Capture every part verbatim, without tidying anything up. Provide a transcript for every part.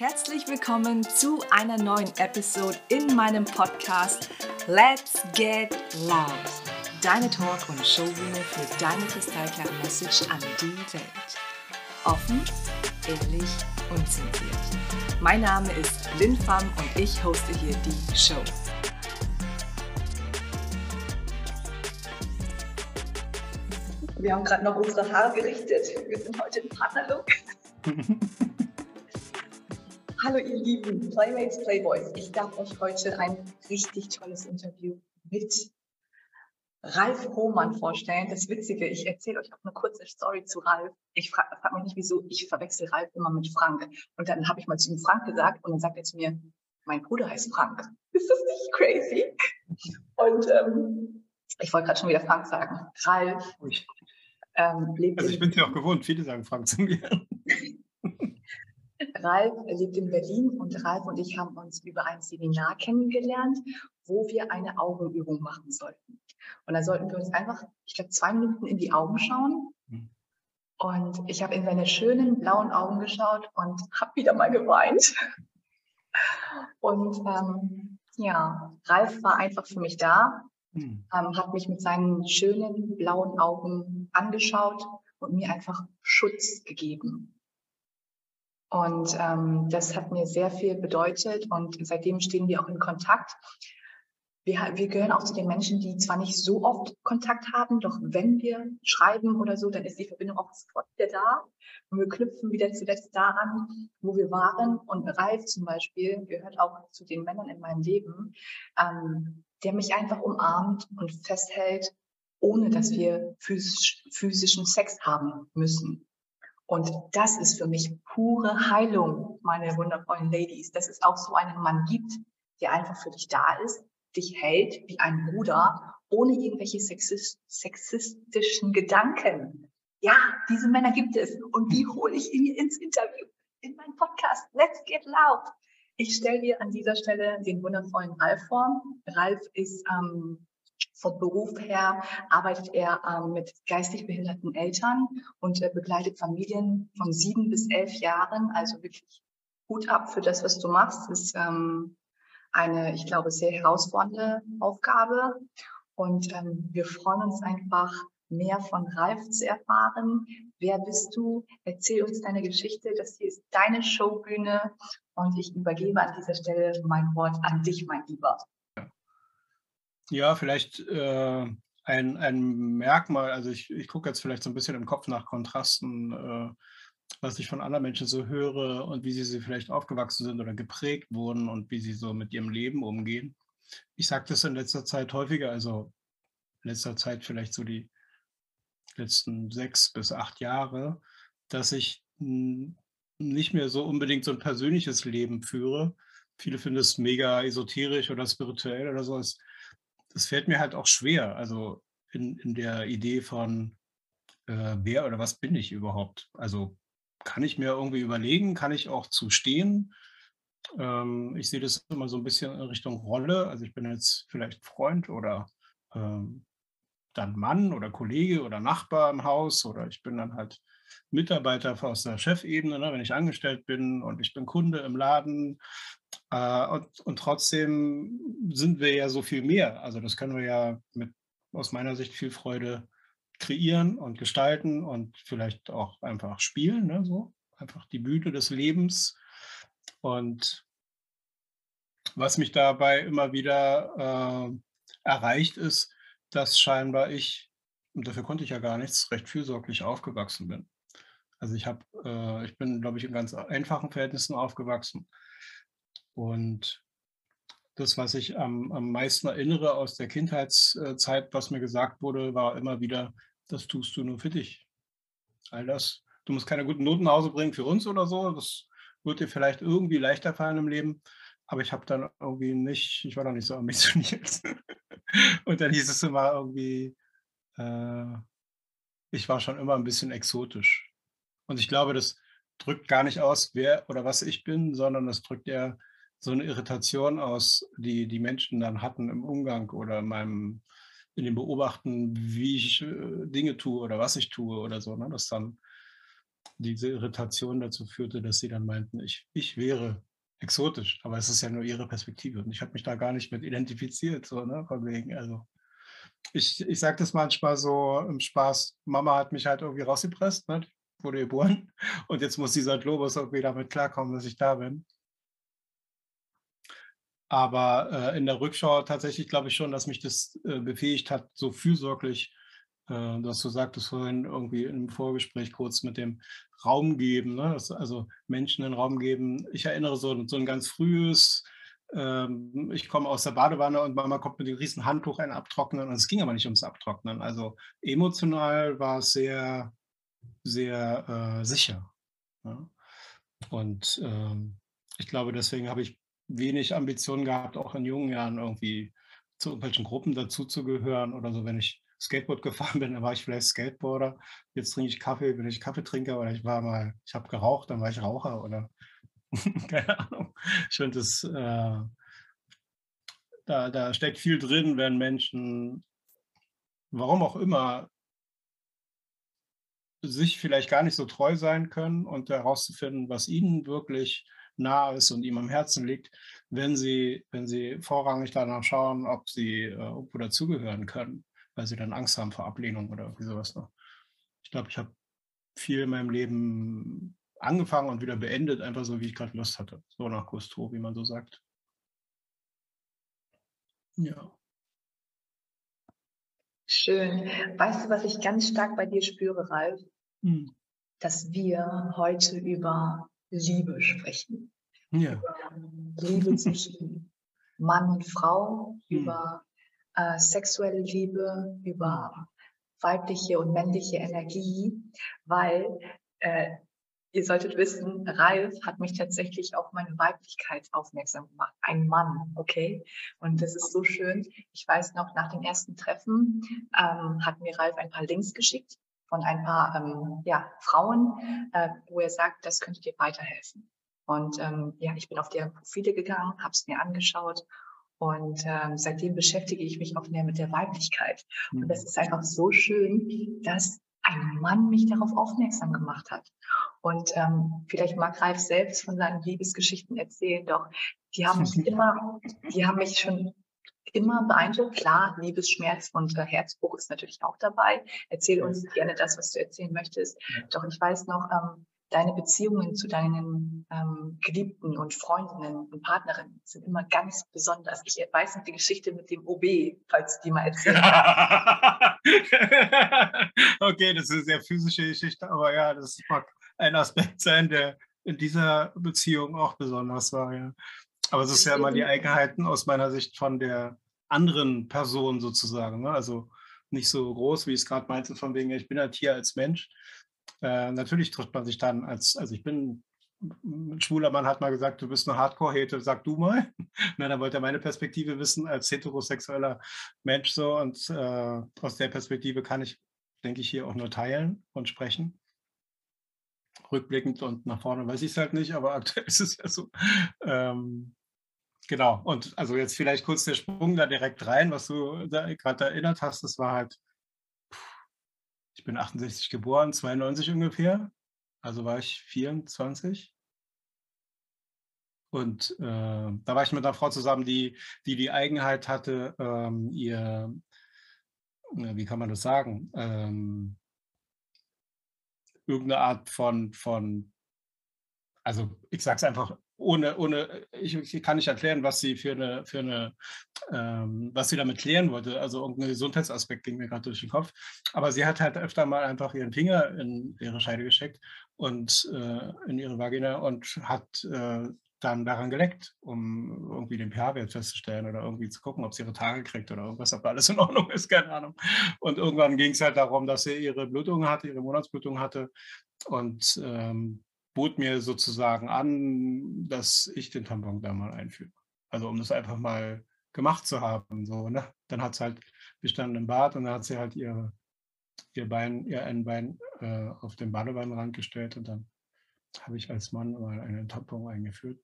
Herzlich willkommen zu einer neuen Episode in meinem Podcast Let's Get Loud. Deine Talk- und Showbühne für deine kristallklare Message an die Welt. Offen, ehrlich, unzensiert. Mein Name ist Lynn Pham und ich hoste hier die Show. Wir haben gerade noch unsere Haare gerichtet. Wir sind heute im Partnerlook. Hallo ihr lieben Playmates, Playboys. Ich darf euch heute ein richtig tolles Interview mit Ralf Hohmann vorstellen. Das Witzige, ich erzähle euch auch eine kurze Story zu Ralf. Ich frage frag mich nicht, wieso, ich verwechsel Ralf immer mit Frank. Und dann habe ich mal zu ihm Frank gesagt und dann sagt er zu mir, mein Bruder heißt Frank. Ist das nicht crazy? Und ähm, ich wollte gerade schon wieder Frank sagen. Ralf ähm, lebt Also ich in bin es ja auch gewohnt, viele sagen Frank zu mir. Ralf lebt in Berlin und Ralf und ich haben uns über ein Seminar kennengelernt, wo wir eine Augenübung machen sollten. Und da sollten wir uns einfach, ich glaube, zwei Minuten in die Augen schauen. Und ich habe in seine schönen blauen Augen geschaut und habe wieder mal geweint. Und ähm, ja, Ralf war einfach für mich da, Hm. ähm, hat mich mit seinen schönen blauen Augen angeschaut und mir einfach Schutz gegeben. Und ähm, das hat mir sehr viel bedeutet und seitdem stehen wir auch in Kontakt. Wir, wir gehören auch zu den Menschen, die zwar nicht so oft Kontakt haben, doch wenn wir schreiben oder so, dann ist die Verbindung auch sofort wieder da. Und wir knüpfen wieder zuletzt daran, wo wir waren. Und Ralf zum Beispiel gehört auch zu den Männern in meinem Leben, ähm, der mich einfach umarmt und festhält, ohne dass wir physisch, physischen Sex haben müssen. Und das ist für mich pure Heilung, meine wundervollen Ladies, dass es auch so einen Mann gibt, der einfach für dich da ist, dich hält wie ein Bruder, ohne irgendwelche sexist sexistischen Gedanken. Ja, diese Männer gibt es und die hole ich in, ins Interview, in meinen Podcast Let's Get Loud. Ich stelle dir an dieser Stelle den wundervollen Ralf vor. Ralf ist ähm, vom Beruf her arbeitet er ähm, mit geistig behinderten Eltern und äh, begleitet Familien von sieben bis elf Jahren. Also wirklich Hut ab für das, was du machst. Das ist ähm, eine, ich glaube, sehr herausfordernde Aufgabe. Und ähm, wir freuen uns einfach, mehr von Ralf zu erfahren. Wer bist du? Erzähl uns deine Geschichte. Das hier ist deine Showbühne. Und ich übergebe an dieser Stelle mein Wort an dich, mein Lieber. Ja, vielleicht äh, ein, ein Merkmal, also ich, ich gucke jetzt vielleicht so ein bisschen im Kopf nach Kontrasten, äh, was ich von anderen Menschen so höre und wie sie, sie vielleicht aufgewachsen sind oder geprägt wurden und wie sie so mit ihrem Leben umgehen. Ich sage das in letzter Zeit häufiger, also in letzter Zeit vielleicht so die letzten sechs bis acht Jahre, dass ich hm, nicht mehr so unbedingt so ein persönliches Leben führe. Viele finden es mega esoterisch oder spirituell oder so. Es das fällt mir halt auch schwer, also in in der Idee von, äh, wer oder was bin ich überhaupt? Also, kann ich mir irgendwie überlegen, kann ich auch zu stehen? Ähm, ich sehe das immer so ein bisschen in Richtung Rolle. Also, ich bin jetzt vielleicht Freund oder, ähm, dann Mann oder Kollege oder Nachbar im Haus oder ich bin dann halt Mitarbeiter aus der Chefebene, ne, wenn ich angestellt bin und ich bin Kunde im Laden. Äh, und und trotzdem sind wir ja so viel mehr. Also, das können wir ja mit aus meiner Sicht viel Freude kreieren und gestalten und vielleicht auch einfach spielen, ne, so. Einfach die Bühne des Lebens. Und was mich dabei immer wieder, äh, erreicht, ist, dass scheinbar ich und dafür konnte ich ja gar nichts, recht fürsorglich aufgewachsen bin. Also, ich habe äh, ich bin, glaube ich, in ganz einfachen Verhältnissen aufgewachsen und das, was ich am am meisten erinnere aus der Kindheitszeit, was mir gesagt wurde, war immer wieder: „Das tust du nur für dich. All das du musst keine guten Noten nach Hause bringen für uns oder so. Das wird dir vielleicht irgendwie leichter fallen im Leben.“ Aber ich habe dann irgendwie nicht ich war da nicht so ambitioniert. Und dann hieß es immer irgendwie, äh, ich war schon immer ein bisschen exotisch. Und ich glaube, das drückt gar nicht aus, wer oder was ich bin, sondern das drückt eher so eine Irritation aus, die die Menschen dann hatten im Umgang oder in meinem in dem Beobachten, wie ich, äh, Dinge tue oder was ich tue oder so, ne? Dass dann diese Irritation dazu führte, dass sie dann meinten, ich ich wäre exotisch, aber es ist ja nur ihre Perspektive und ich habe mich da gar nicht mit identifiziert, so, ne, von wegen, also ich ich sage das manchmal so im Spaß: „Mama hat mich halt irgendwie rausgepresst, ne? Ich wurde geboren und jetzt muss dieser Globus irgendwie damit klarkommen, dass ich da bin.“ Aber, äh, in der Rückschau tatsächlich glaube ich schon, dass mich das, äh, befähigt hat, so fürsorglich, äh, was du sagtest vorhin irgendwie im Vorgespräch kurz mit dem Raum geben, ne? Das also Menschen den Raum geben. Ich erinnere so 'n so 'n ganz frühes, ähm ich komme aus der Badewanne und Mama kommt mit dem riesen Handtuch ein Abtrocknen und es ging aber nicht ums Abtrocknen. Also, emotional war es sehr, sehr, äh, sicher, ne? Und, ähm, ich glaube, deswegen habe ich wenig Ambitionen gehabt, auch in jungen Jahren irgendwie zu irgendwelchen Gruppen dazuzugehören oder so. Wenn ich Skateboard gefahren bin, dann war ich vielleicht Skateboarder. Jetzt trinke ich Kaffee, bin ich Kaffeetrinker oder ich war mal ich habe geraucht, dann war ich Raucher oder keine Ahnung. Ich finde das, äh da da steckt viel drin, wenn Menschen, warum auch immer, sich vielleicht gar nicht so treu sein können und herauszufinden, was ihnen wirklich nah ist und ihm am Herzen liegt, wenn sie wenn sie vorrangig danach schauen, ob sie, äh, irgendwo dazugehören können, weil sie dann Angst haben vor Ablehnung oder irgendwie sowas was, ne? Ich glaube, ich habe viel in meinem Leben angefangen und wieder beendet, einfach so, wie ich gerade Lust hatte, so nach Gusto, wie man so sagt. Ja. Schön. Weißt du, was ich ganz stark bei dir spüre, Ralf? Mhm. Dass wir heute über Liebe sprechen. Ja. Über Liebe zwischen Mann und Frau, Mhm. über äh, sexuelle Liebe, Mhm. über weibliche und männliche Energie, weil äh, ihr solltet wissen, Ralf hat mich tatsächlich auf meine Weiblichkeit aufmerksam gemacht. Ein Mann, okay? Und das ist so schön. Ich weiß noch, nach dem ersten Treffen ähm, hat mir Ralf ein paar Links geschickt von ein paar ähm, ja, Frauen, äh, wo er sagt, das könnte dir weiterhelfen. Und ähm, ja, ich bin auf deren Profile gegangen, habe es mir angeschaut und ähm, seitdem beschäftige ich mich auch mehr mit der Weiblichkeit. Und das Mhm. ist einfach so schön, dass ein Mann mich darauf aufmerksam gemacht hat. Und ähm, vielleicht mag Ralf selbst von seinen Liebesgeschichten erzählen, doch die haben mich immer, die haben mich schon immer beeindruckt. Klar, Liebesschmerz und äh, Herzbruch ist natürlich auch dabei. Erzähl Ja. uns gerne das, was du erzählen möchtest. Ja. Doch ich weiß noch, ähm, deine Beziehungen zu deinen ähm, Geliebten und Freundinnen und Partnerinnen sind immer ganz besonders. Ich weiß noch die Geschichte mit dem O B, falls du die mal erzählen Okay, das ist 'ne sehr physische Geschichte, aber ja, das mag ein Aspekt sein, der in dieser Beziehung auch besonders war, ja. Aber es ist ja immer die kannst. Eigenheiten aus meiner Sicht von der anderen Person sozusagen, ne? Also, nicht so groß, wie ich's grad meinte, von wegen: „Ja, ich bin halt hier als Mensch.“ Äh, natürlich trifft man sich dann als also, ich bin 'n schwuler Mann hat mal gesagt: „Du bist 'ne Hardcore-Hete, sag du mal.“ Ne, dann wollte er meine Perspektive wissen als heterosexueller Mensch so und, äh, aus der Perspektive kann ich, denke ich, hier auch nur teilen und sprechen. Rückblickend und nach vorne weiß ich's halt nicht, aber aktuell ist es ja so. Ähm, genau. Und also jetzt vielleicht kurz der Sprung da direkt rein, was du da grad erinnert hast, das war halt ich bin achtundsechzig geboren, zweiundneunzig ungefähr, also war ich vierundzwanzig. Und, äh, da war ich mit 'ner Frau zusammen, die die die Eigenheit hatte, ähm, ihr na, wie kann man das sagen? Ähm irgend 'ne Art von von also, ich sage es einfach, ohne ohne ich ich kann nicht erklären, was sie für 'ne für 'ne ähm, was sie damit klären wollte. Also, irgend 'n Gesundheitsaspekt ging mir grad durch den Kopf. Aber sie hat halt öfter mal einfach ihren Finger in ihre Scheide gesteckt und, äh in ihre Vagina und hat, äh, dann daran geleckt, um irgendwie den pH-Wert festzustellen oder irgendwie zu gucken, ob sie ihre Tage kriegt oder irgendwas, ob da alles in Ordnung ist, keine Ahnung. Und irgendwann ging's halt darum, dass sie ihre Blutung hatte, ihre Monatsblutung hatte und, ähm, bot mir sozusagen an, dass ich den Tampon da mal einführe. Also, um das einfach mal gemacht zu haben, so, ne? Dann hat sie halt wir standen im Bad und dann hat sie halt ihre ihr Bein ihr ein Bein, äh, auf den Badewannenrand gestellt und dann habe ich als Mann mal einen Tampon eingeführt.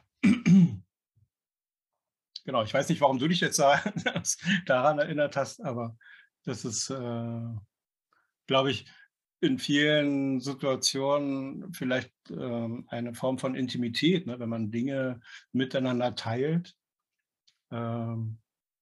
Genau, ich weiß nicht, warum du dich jetzt da daran erinnert hast, aber das ist, äh, glaube ich in vielen Situationen vielleicht, ähm, eine Form von Intimität, ne, wenn man Dinge miteinander teilt, ähm,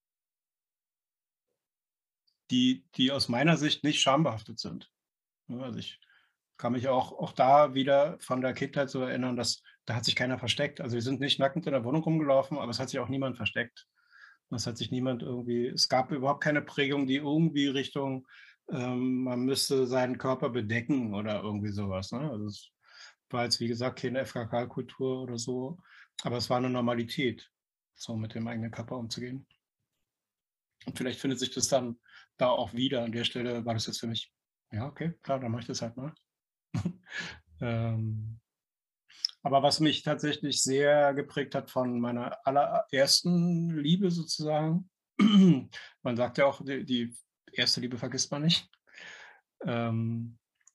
die die aus meiner Sicht nicht schambehaftet sind, ne? Also, ich kann mich auch auch da wieder von der Kindheit so erinnern, dass da hat sich keiner versteckt. Also, wir sind nicht nackend in der Wohnung rumgelaufen, aber es hat sich auch niemand versteckt. Es hat sich niemand irgendwie es gab überhaupt keine Prägung, die irgendwie Richtung, ähm, man müsste seinen Körper bedecken oder irgendwie sowas, ne? Also, es war jetzt, wie gesagt, keine F K K-Kultur oder so, aber es war eine Normalität, so mit dem eigenen Körper umzugehen. Und vielleicht findet sich das dann da auch wieder. An der Stelle war das jetzt für mich: „Ja, okay, klar, dann mache ich das halt mal.“ Ähm, aber was mich tatsächlich sehr geprägt hat von meiner allerersten Liebe sozusagen, man sagt ja auch, die die erste Liebe vergisst man nicht. Ähm,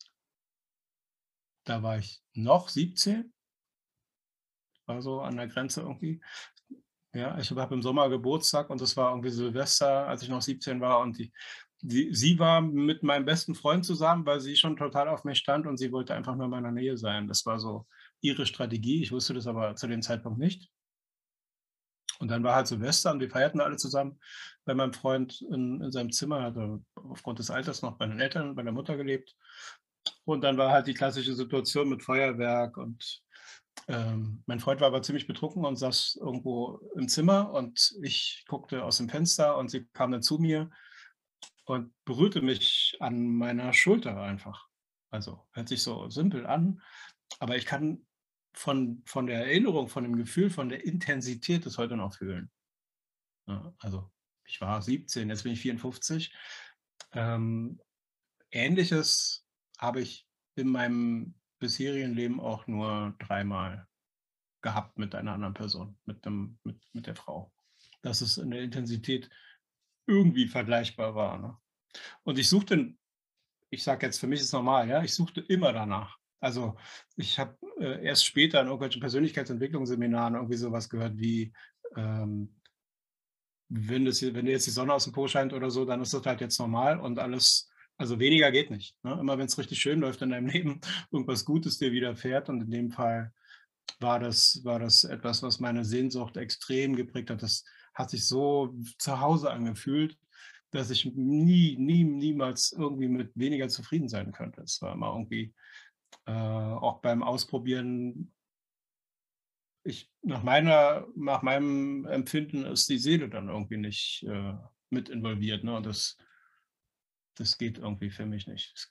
Da war ich noch siebzehn, war so an der Grenze irgendwie. Ja, ich habe im Sommer Geburtstag und das war irgendwie Silvester, als ich noch siebzehn war und die die sie war mit meinem besten Freund zusammen, weil sie schon total auf mich stand und sie wollte einfach nur in meiner Nähe sein. Das war so ihre Strategie. Ich wusste das aber zu dem Zeitpunkt nicht. Und dann war halt Silvester und wir feierten alle zusammen bei meinem Freund in in seinem Zimmer. Er hatte aufgrund des Alters noch bei den Eltern, bei der Mutter gelebt. Und dann war halt die klassische Situation mit Feuerwerk und, ähm, mein Freund war aber ziemlich betrunken und saß irgendwo im Zimmer und ich guckte aus dem Fenster und sie kam dann zu mir und berührte mich an meiner Schulter einfach. Also, hört sich so simpel an, aber ich kann von von der Erinnerung, von dem Gefühl, von der Intensität das heute noch fühlen. Ja, also, ich war siebzehn, jetzt bin ich vierundfünfzig. Ähm, Ähnliches habe ich in meinem bisherigen Leben auch nur dreimal gehabt mit einer anderen Person, mit 'nem mit mit der Frau, dass es in der Intensität irgendwie vergleichbar war, ne? Und ich suchte ich sage jetzt, für mich ist normal, ja, ich suchte immer danach. Also, ich habe, äh, erst später in irgendwelchen Persönlichkeitsentwicklungsseminaren irgendwie so was gehört wie, ähm wenn das hier wenn dir jetzt die Sonne aus dem Po scheint oder so, dann ist das halt jetzt normal und alles also, weniger geht nicht, ne? Immer wenn es richtig schön läuft in deinem Leben, irgendwas Gutes dir widerfährt und in dem Fall war das war das etwas, was meine Sehnsucht extrem geprägt hat. Das hat sich so zu Hause angefühlt, dass ich nie, nie niemals irgendwie mit weniger zufrieden sein könnte. Es war immer irgendwie, äh, auch beim Ausprobieren ich nach meiner nach meinem Empfinden ist die Seele dann irgendwie nicht, äh, mit involviert, ne? Und das das geht irgendwie für mich nicht. Das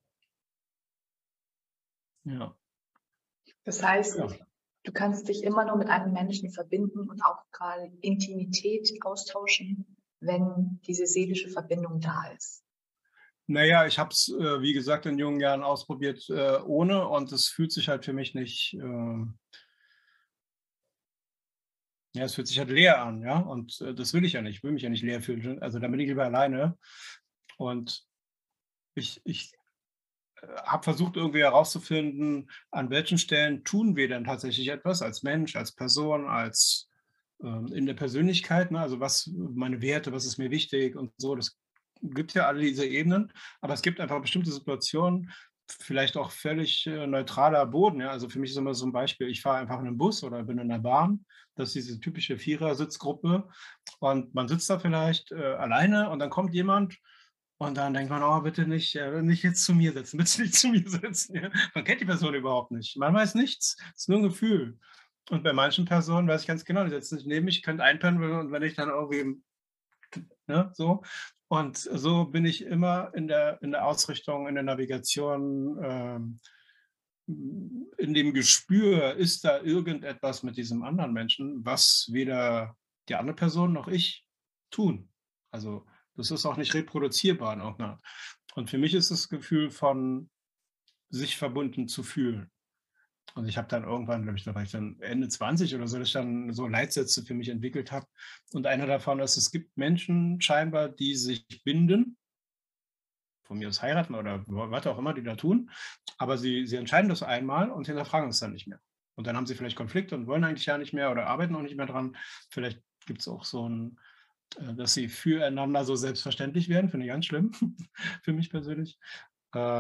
ja, Das heißt, ja. du kannst dich immer nur mit einem Menschen verbinden und auch gerade Intimität austauschen, wenn diese seelische Verbindung da ist. Na ja, ich habe es, äh, wie gesagt, in jungen Jahren ausprobiert, äh, ohne und es fühlt sich halt für mich nicht, ähm ja, es fühlt sich halt leer an, ja? Und, äh, das will ich ja nicht. Ich will mich ja nicht leer fühlen. Also, dann bin ich lieber alleine. Und ich ich, äh, habe versucht, irgendwie herauszufinden, an welchen Stellen tun wir denn tatsächlich etwas als Mensch, als Person, als, ähm in der Persönlichkeit, ne? Also, was meine Werte, was ist mir wichtig und so. Das gibt ja alle diese Ebenen, aber es gibt einfach bestimmte Situationen, vielleicht auch völlig, äh, neutraler Boden, ja? Also, für mich ist immer so ein Beispiel, ich fahre einfach in 'nem Bus oder bin in der Bahn. Das ist diese typische Vierersitzgruppe und man sitzt da vielleicht, äh, alleine und dann kommt jemand und dann denkt man: „Oh, bitte nicht äh, nicht jetzt zu mir sitzen, bitte nicht zu mir sitzen“, ja? Man kennt die Person überhaupt nicht. Man weiß nichts. Es ist nur 'n Gefühl. Und bei manchen Personen weiß ich ganz genau, die setzen sich neben mich, können einpennen und wenn ich dann irgendwie ne, so. Und so bin ich immer in der in der Ausrichtung, in der Navigation, ähm, hm, in dem Gespür, ist da irgendetwas mit diesem anderen Menschen, was weder die andere Person noch ich tun. Also, das ist auch nicht reproduzierbar in irgend 'ner Art. Und für mich ist das Gefühl von sich verbunden zu fühlen. Und ich habe dann irgendwann, glaube ich, da war ich dann Ende zwanzig oder so, dass ich dann so Leitsätze für mich entwickelt habe. Und einer davon ist, es gibt Menschen scheinbar, die sich binden, von mir aus heiraten oder was auch immer die da tun, aber sie sie entscheiden das einmal und hinterfragen es dann nicht mehr. Und dann haben sie vielleicht Konflikte und wollen eigentlich ja nicht mehr oder arbeiten auch nicht mehr dran. Vielleicht gibt es auch so 'n äh, dass sie füreinander so selbstverständlich werden, finde ich ganz schlimm für mich persönlich. Ähm,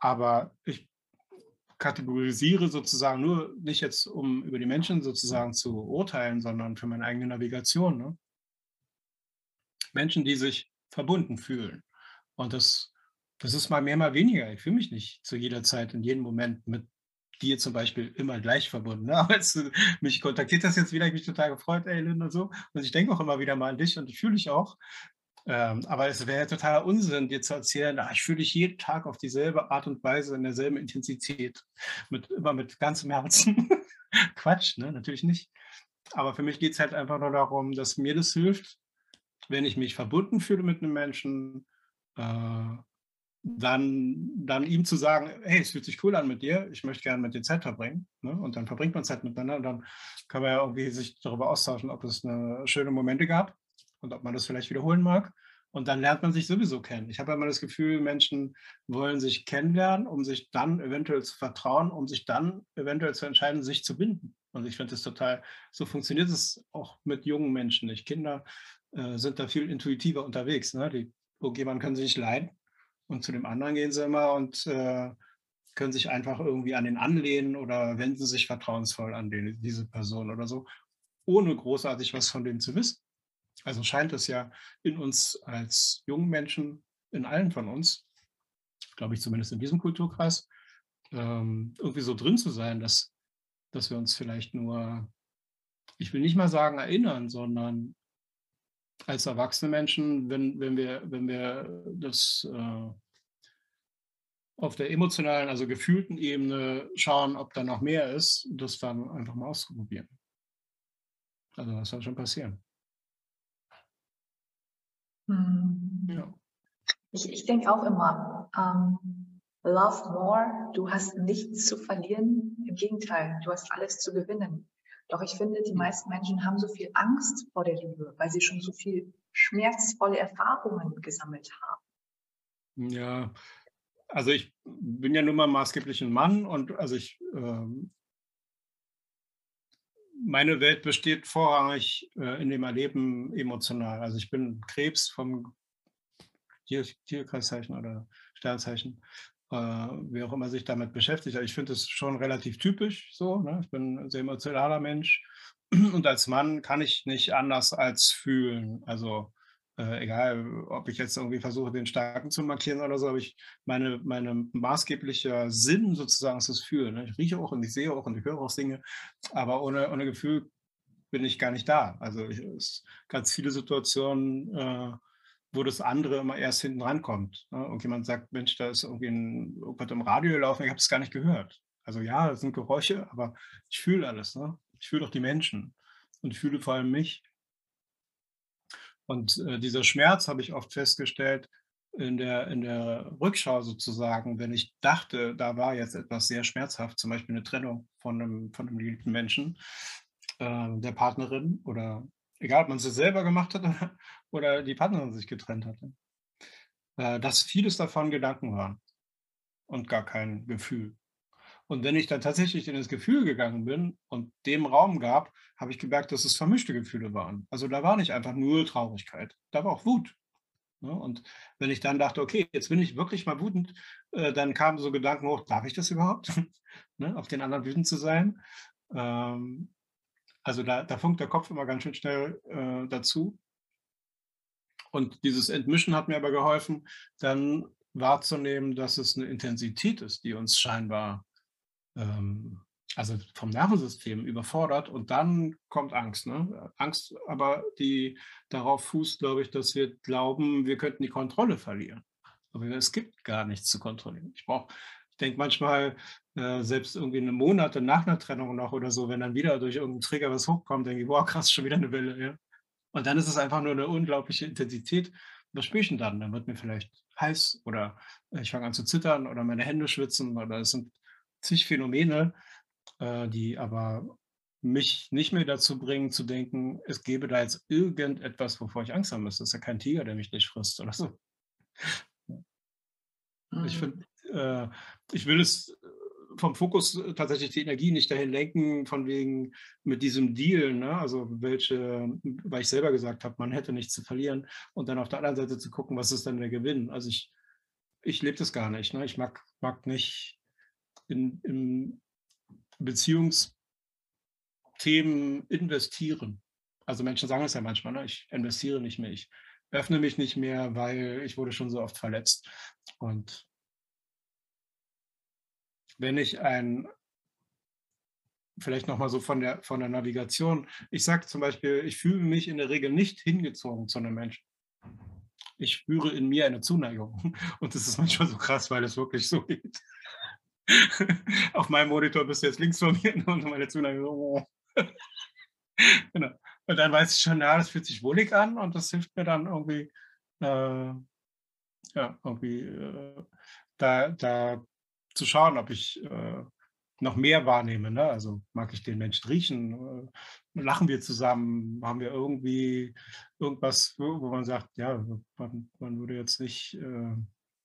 Aber ich kategorisiere sozusagen nur nicht jetzt, um über die Menschen sozusagen zu urteilen, sondern für meine eigene Navigation, ne? Menschen, die sich verbunden fühlen. Und das das ist mal mehr, mal weniger. Ich fühle mich nicht zu jeder Zeit, in jedem Moment mit dir zum Beispiel immer gleich verbunden, ne? Aber jetzt, äh, mich kontaktiert das jetzt wieder, ich mich total gefreut, ey, Lynn und so. Und ich denke auch immer wieder mal an dich und ich fühle dich auch. Ähm, aber es wäre ja totaler Unsinn, dir zu erzählen: „Ah, ich fühle dich jeden Tag auf dieselbe Art und Weise, in derselben Intensität, mit immer mit ganzem Herzen.“ Quatsch, ne? Natürlich nicht. Aber für mich geht's halt einfach nur darum, dass mir das hilft, wenn ich mich verbunden fühle mit 'nem Menschen, äh, dann dann ihm zu sagen: „Hey, es fühlt sich cool an mit dir. Ich möchte gerne mit dir Zeit verbringen“, ne? Und dann verbringt man Zeit miteinander und dann kann man ja irgendwie sich darüber austauschen, ob es 'ne schöne Momente gab und ob man das vielleicht wiederholen mag. Und dann lernt man sich sowieso kennen. Ich habe ja immer das Gefühl, Menschen wollen sich kennenlernen, um sich dann eventuell zu vertrauen, um sich dann eventuell zu entscheiden, sich zu binden. Und ich finde das total so funktioniert es auch mit jungen Menschen nicht. Kinder, äh, sind da viel intuitiver unterwegs, ne? Die irgendjemanden können sie nicht leiden und zu dem anderen gehen sie immer und, äh, können sich einfach irgendwie an den anlehnen oder wenden sich vertrauensvoll an den diese Person oder so, ohne großartig was von dem zu wissen. Also scheint es ja in uns als jungen Menschen, in allen von uns, glaube ich zumindest in diesem Kulturkreis, ähm, irgendwie so drin zu sein, dass dass wir uns vielleicht nur, ich will nicht mal sagen erinnern, sondern als erwachsene Menschen, wenn wenn wir wenn wir das, äh, auf der emotionalen, also gefühlten Ebene schauen, ob da noch mehr ist, das dann einfach mal auszuprobieren. Also, das soll schon passieren. Ja. Mhm. Ich ich denke auch immer, ähm, love more, du hast nichts zu verlieren. Im Gegenteil, du hast alles zu gewinnen. Doch ich finde, die Mhm. meisten Menschen haben so viel Angst vor der Liebe, weil sie schon so viel schmerzvolle Erfahrungen gesammelt haben. Ja, also ich bin ja nun mal maßgeblich 'n Mann und also ich, ähm meine Welt besteht vorrangig, äh, in dem Erleben emotional. Also, ich bin Krebs vom Tier Tierkreiszeichen oder Sternzeichen, äh, wie auch immer sich damit beschäftigt. Aber ich finde es schon relativ typisch so, ne? Ich bin 'n sehr emotionaler Mensch und als Mann kann ich nicht anders als fühlen. Also, äh, egal, ob ich jetzt irgendwie versuche, den Starken zu markieren oder so, aber ich meine meine maßgeblicher Sinn sozusagen ist das Fühlen, ne? Ich rieche auch und ich sehe auch und ich höre auch Dinge, aber ohne ohne Gefühl bin ich gar nicht da. Also, ich es ganz viele Situationen, äh, wo das andere immer erst hinten rankommt, ne? Irgendjemand sagt: „Mensch, da ist irgendwie 'n irgendwas im Radio gelaufen, ich habe es gar nicht gehört.“ Also ja, das sind Geräusche, aber ich fühle alles, ne? Ich fühle auch die Menschen und ich fühle vor allem mich. Und, äh, dieser Schmerz habe ich oft festgestellt in der in der Rückschau sozusagen, wenn ich dachte, da war jetzt etwas sehr schmerzhaft, zum Beispiel 'ne Trennung von 'nem von 'nem geliebten Menschen, äh, der Partnerin oder egal, ob man's jetzt selber gemacht hat oder oder die Partnerin sich getrennt hatte. Äh, dass vieles davon Gedanken waren und gar kein Gefühl. Und wenn ich dann tatsächlich in das Gefühl gegangen bin und dem Raum gab, habe ich gemerkt, dass es vermischte Gefühle waren. Also, da war nicht einfach nur Traurigkeit, da war auch Wut, ne? Und wenn ich dann dachte: „Okay, jetzt bin ich wirklich mal wütend“, äh, dann kamen so Gedanken hoch: „Darf ich das überhaupt?“ Ne, auf den anderen wütend zu sein. Ähm, also, da da funkt der Kopf immer ganz schön schnell, äh, dazu. Und dieses Entmischen hat mir aber geholfen, dann wahrzunehmen, dass es 'ne Intensität ist, die uns scheinbar, ähm, also vom Nervensystem überfordert und dann kommt Angst, ne? Angst aber, die darauf fußt, glaube ich, dass wir glauben, wir könnten die Kontrolle verlieren. Aber es gibt gar nichts zu kontrollieren. Ich brauche ich denke manchmal, äh, selbst irgendwie 'ne Monate nach 'ner Trennung noch oder so, wenn dann wieder durch irgend 'n Trigger was hochkommt, denke ich: „Boah, krass, schon wieder 'ne Welle“, ja? Und dann ist es einfach nur 'ne unglaubliche Intensität. Was spüre ich 'n dann? Dann wird mir vielleicht heiß oder, äh, ich fange an zu zittern oder meine Hände schwitzen oder es sind zig Phänomene, äh, die aber mich nicht mehr dazu bringen zu denken, es gäbe da jetzt irgendetwas, wovor ich Angst haben müsste. Ist ja kein Tiger, der mich gleich frisst oder so. Ja. Ich finde, Mhm. äh ich will es, äh, vom Fokus tatsächlich die Energie nicht dahin lenken, von wegen mit diesem Deal, ne? Also, welche weil ich selber gesagt habe, man hätte nichts zu verlieren und dann auf der anderen Seite zu gucken, was ist denn der Gewinn? Also, ich ich lebe das gar nicht, ne? Ich mag mag nicht in in Beziehungsthemen investieren. Also, Menschen sagen es ja manchmal, ne: „Ich investiere nicht mehr, ich öffne mich nicht mehr, weil ich wurde schon so oft verletzt.“ Und wenn ich ein vielleicht noch mal so von der von der Navigation ich sage zum Beispiel, ich fühle mich in der Regel nicht hingezogen zu 'nem Menschen. Ich spüre in mir eine Zuneigung und das ist manchmal so krass, weil es wirklich so geht. Auf meinem Monitor bist du jetzt links von mir und meine Zuneigung so: „Oh.“ Genau. Und dann weiß ich schon, ja, das fühlt sich wohlig an und das hilft mir dann irgendwie, äh, ja, irgendwie, äh, da da zu schauen, ob ich, äh, noch mehr wahrnehme, ne? Also, mag ich den Menschen riechen? Äh, lachen wir zusammen? Haben wir irgendwie irgendwas, wo wo man sagt, ja, man man würde jetzt nicht, äh,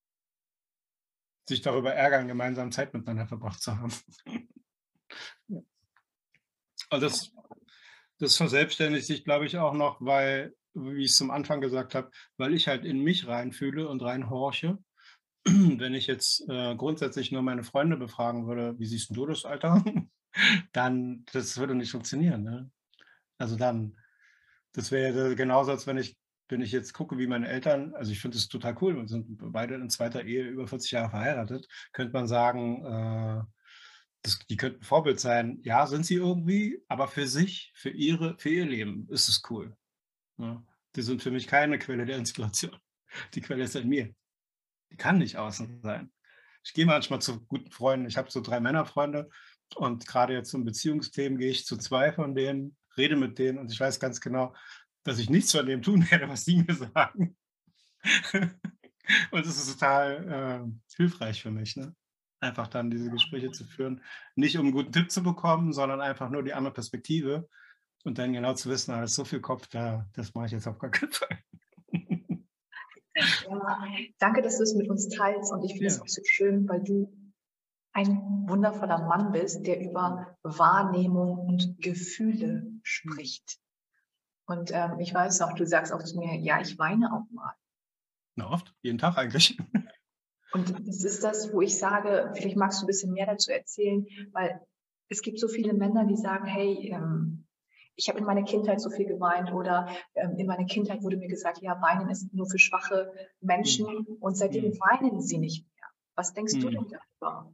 sich darüber ärgern, gemeinsam Zeit miteinander verbracht zu haben. Ja. Und das das verselbstständigt sich, glaube ich, auch noch, weil, wie ich's zum Anfang gesagt habe, weil ich halt in mich reinfühle und reinhorche. Wenn ich jetzt, äh, grundsätzlich nur meine Freunde befragen würde: „Wie siehst 'n du das, Alter?“ Dann das würde nicht funktionieren, ne? Also, dann das wäre genauso, als wenn ich wenn ich jetzt gucke, wie meine Eltern also, ich finde das total cool, wir sind beide in zweiter Ehe über vierzig Jahre verheiratet, könnte man sagen, äh, das die könnten Vorbild sein. Ja, sind sie irgendwie, aber für sich, für ihre für ihr Leben ist es cool, ne? Die sind für mich keine Quelle der Inspiration. Die Quelle ist in mir. Die kann nicht außen sein. Ich gehe manchmal zu guten Freunden. Ich habe so drei Männerfreunde und grade jetzt um Beziehungsthemen gehe ich zu zwei von denen, rede mit denen und ich weiß ganz genau, dass ich nichts von dem tun werde, was die mir sagen. Und das ist total, äh, hilfreich für mich, ne? Einfach dann diese Gespräche zu führen, nicht um 'n guten Tipp zu bekommen, sondern einfach nur die andere Perspektive und dann genau zu wissen: „Ah, da ist so viel Kopf da, das mache ich jetzt auf gar keinen Fall.“ Ja, danke, dass du es mit uns teilst und ich finde es Ja. auch so schön, weil du ein wundervoller Mann bist, der über Wahrnehmung und Gefühle Mhm. spricht. Und, ähm, ich weiß auch, du sagst auch zu mir: „Ja, ich weine auch mal.“ Na, oft, jeden Tag eigentlich. Und das ist das, wo ich sage, vielleicht magst du 'n bisschen mehr dazu erzählen, weil es gibt so viele Männer, die sagen: „Hey, ähm, ich habe in meiner Kindheit so viel geweint“ oder, ähm: „In meiner Kindheit wurde mir gesagt, ja, weinen ist nur für schwache Menschen Mhm. und seitdem Mhm. weinen sie nicht mehr.“ Was denkst du denn Mhm. darüber?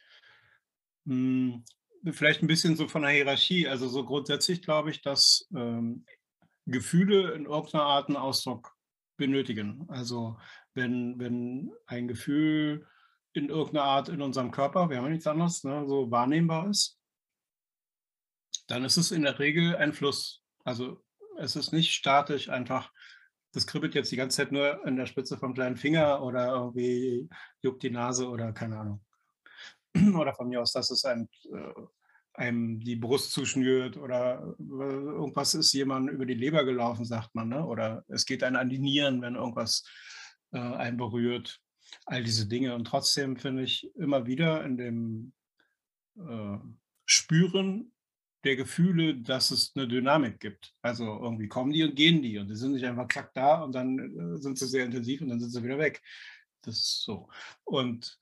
Hm, vielleicht 'n bisschen so von der Hierarchie. Also, so grundsätzlich glaube ich, dass, ähm, Gefühle in irgend 'ner Art 'n Ausdruck benötigen. Also, wenn wenn ein Gefühl in irgend 'ner Art in unserem Körper, wir haben ja nichts anderes, ne, so wahrnehmbar ist dann ist es in der Regel ein Fluss. Also, es ist nicht statisch einfach, das kribbelt jetzt die ganze Zeit nur an der Spitze vom kleinen Finger oder irgendwie juckt die Nase oder keine Ahnung. Oder von mir aus, dass es einem äh, einem die Brust zuschnürt oder i irgendwas ist jemandem über die Leber gelaufen, sagt man, ne? Oder es geht einem an die Nieren, wenn irgendwas, äh, einen berührt, all diese Dinge. Und trotzdem finde ich immer wieder in dem, äh, Spüren der Gefühle, dass es 'ne Dynamik gibt. Also, irgendwie kommen die und gehen die und die sind nicht einfach zack da und dann, äh, sind sie sehr intensiv und dann sind sie wieder weg. Das ist so. Und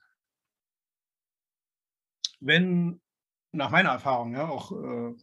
wenn nach meiner Erfahrung, ja, auch, äh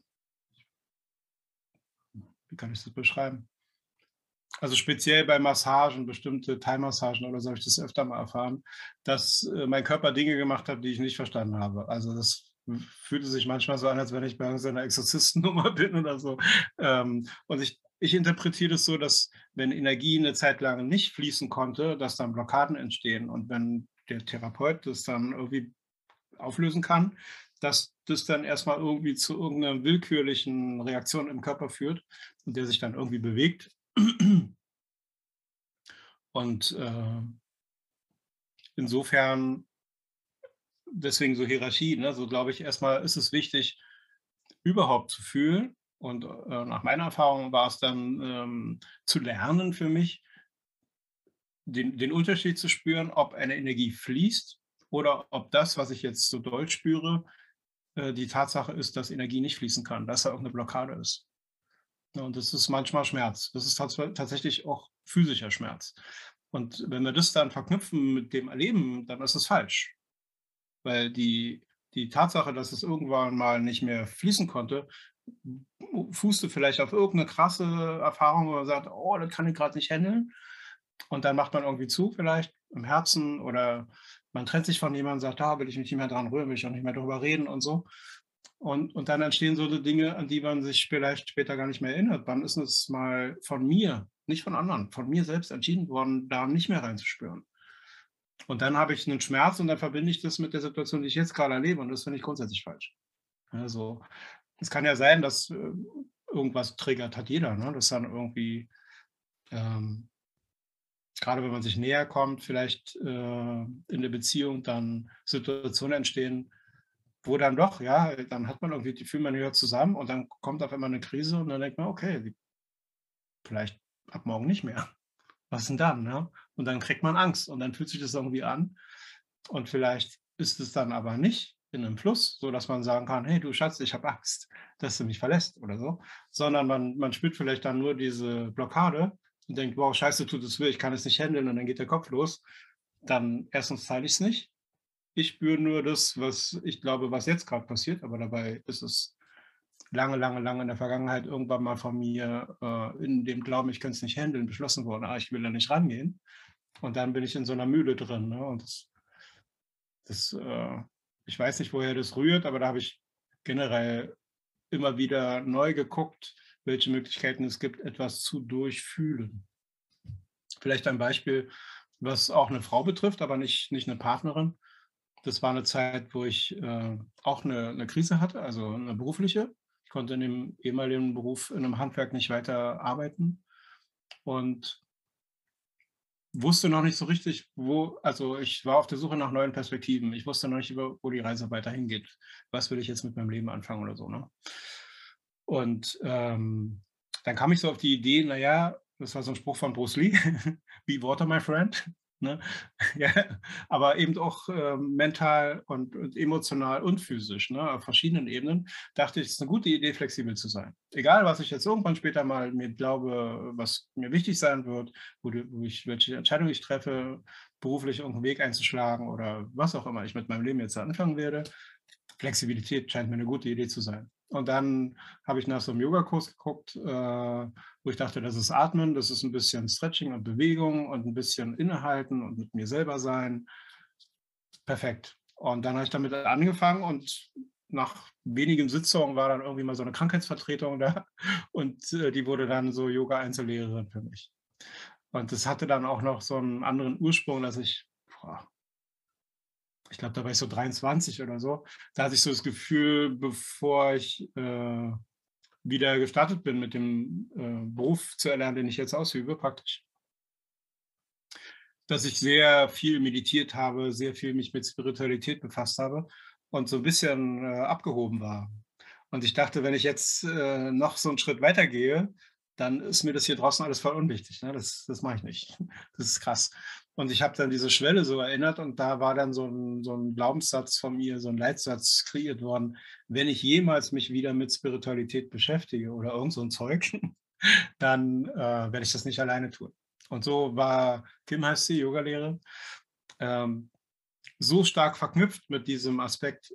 wie kann ich das beschreiben? Also, speziell bei Massagen, bestimmte Thai-Massagen oder so habe ich das öfter mal erfahren, dass, äh, mein Körper Dinge gemacht hat, die ich nicht verstanden habe. Also, das f fühlte sich manchmal so an, als wenn ich bei so 'ner Exorzistennummer bin oder so. Ähm, und ich ich interpretiere das so, dass, wenn Energie 'ne Zeit lang nicht fließen konnte, dass dann Blockaden entstehen. Und wenn der Therapeut das dann irgendwie auflösen kann, dass das dann erst mal irgendwie zu irgend 'ner willkürlichen Reaktion im Körper führt und der sich dann irgendwie bewegt. Und, äh insofern deswegen so Hierarchie, ne? So glaube ich, erst mal ist es wichtig, überhaupt zu fühlen. Und, äh, nach meiner Erfahrung war es dann, ähm, zu lernen für mich den den Unterschied zu spüren, ob eine Energie fließt oder ob das, was ich jetzt so doll spüre, äh, die Tatsache ist, dass Energie nicht fließen kann, dass da irgend 'ne Blockade ist. Ja, und das ist manchmal Schmerz. Das ist tats tatsächlich auch physischer Schmerz. Und wenn wir das dann verknüpfen mit dem Erleben, dann ist es falsch. Weil die die Tatsache, dass es irgendwann mal nicht mehr fließen konnte, fußte vielleicht auf irgendeine krasse Erfahrung, wo man sagt: „Oh, das kann ich grad nicht händeln.“ Und dann macht man irgendwie zu vielleicht im Herzen oder man trennt sich von jemandem, sagt: „Da will ich mich nicht mehr dran rühren, will ich auch nicht mehr drüber reden“ und so. Und und dann entstehen so die Dinge, an die man sich vielleicht später gar nicht mehr erinnert. Wann ist es mal von mir, nicht von anderen, von mir selbst entschieden worden, da nicht mehr reinzuspüren? Und dann habe ich 'nen Schmerz und dann verbinde ich das mit der Situation, die ich jetzt grade erlebe und das finde ich grundsätzlich falsch. Also, es kann ja sein, dass, äh, irgendwas triggert, hat jeder, ne? Dass dann irgendwie, ähm, grade wenn man sich näher kommt, vielleicht, äh, in der Beziehung dann Situationen entstehen, wo dann doch, ja, dann hat man irgendwie die fühlt man gehört zusammen und dann kommt auf einmal 'ne Krise und dann denkt man: „Okay, vielleicht ab morgen nicht mehr. Was denn dann“, ne? Und dann kriegt man Angst und dann fühlt sich das irgendwie an und vielleicht ist es dann aber nicht in 'nem Fluss, sodass man sagen kann: „Hey, du Schatz, ich habe Angst, dass du mich verlässt“ oder so, sondern man man spürt vielleicht dann nur diese Blockade und denkt: „Wow, scheiße, tut es weh, ich kann es nicht händeln“ und dann geht der Kopf los. Dann erstens teile ich's nicht. Ich spüre nur das, was ich glaube, was jetzt grad passiert, aber dabei ist es lange, lange, lange in der Vergangenheit irgendwann mal von mir, äh, in dem Glauben, ich könnte es nicht händeln, beschlossen worden: „Ah, ich will da nicht rangehen.“ Und dann bin ich in so 'ner Mühle drin, ne? Und das das, äh ich weiß nicht, woher das rührt, aber da habe ich generell immer wieder neu geguckt, welche Möglichkeiten es gibt, etwas zu durchfühlen. Vielleicht ein Beispiel, was auch 'ne Frau betrifft, aber nicht nicht 'ne Partnerin. Das war 'ne Zeit, wo ich, äh, auch 'ne 'ne Krise hatte, also 'ne berufliche. Ich konnte in dem ehemaligen Beruf in 'nem Handwerk nicht weiter arbeiten und wusste noch nicht so richtig, wo also, ich war auf der Suche nach neuen Perspektiven. Ich wusste noch nicht, wo wo die Reise weiter hingeht. Was will ich jetzt mit meinem Leben anfangen oder so, ne? Und, ähm, dann kam ich so auf die Idee, na ja, das war so 'n Spruch von Bruce Lee: „Be water, my friend“, ne? Ja, aber eben auch, ähm, mental und und emotional und physisch, ne, auf verschiedenen Ebenen. Dachte ich, ist 'ne gute Idee, flexibel zu sein. Egal, was ich jetzt irgendwann später mal mir glaube, was mir wichtig sein wird, wo du wo ich welche Entscheidung ich treffe, beruflich irgend 'n Weg einzuschlagen oder was auch immer ich mit meinem Leben jetzt anfangen werde. Flexibilität scheint mir 'ne gute Idee zu sein. Und dann habe ich nach so 'nem Yogakurs geguckt, äh, wo ich dachte, das ist Atmen, das ist 'n bisschen Stretching und Bewegung und 'n bisschen innehalten und mit mir selber sein. Perfekt. Und dann habe ich damit angefangen und nach wenigen Sitzungen war dann irgendwie mal so 'ne Krankheitsvertretung da und, äh, die wurde dann so Yoga-Einzellehrerin für mich. Und das hatte dann auch noch so 'n anderen Ursprung, dass ich boah ich glaube, da war ich so dreiundzwanzig oder so. Da hatte ich so das Gefühl, bevor ich, äh, wieder gestartet bin mit dem, äh, Beruf zu erlernen, den ich jetzt ausübe praktisch dass ich sehr viel meditiert habe, sehr viel mich mit Spiritualität befasst habe und so 'n bisschen, äh, abgehoben war. Und ich dachte, wenn ich jetzt, äh, noch so 'n Schritt weitergehe, dann ist mir das hier draußen alles voll unwichtig, ne? Das das mache ich nicht. Das ist krass. Und ich habe dann diese Schwelle so erinnert und da war dann so 'n so 'n Glaubenssatz von mir, so 'n Leitsatz kreiert worden: „Wenn ich jemals mich wieder mit Spiritualität beschäftige oder irgend so 'n Zeug, dann, äh, werde ich das nicht alleine tun.“ Und so war Kim heißt sie, Yogalehrerin, ähm, so stark verknüpft mit diesem Aspekt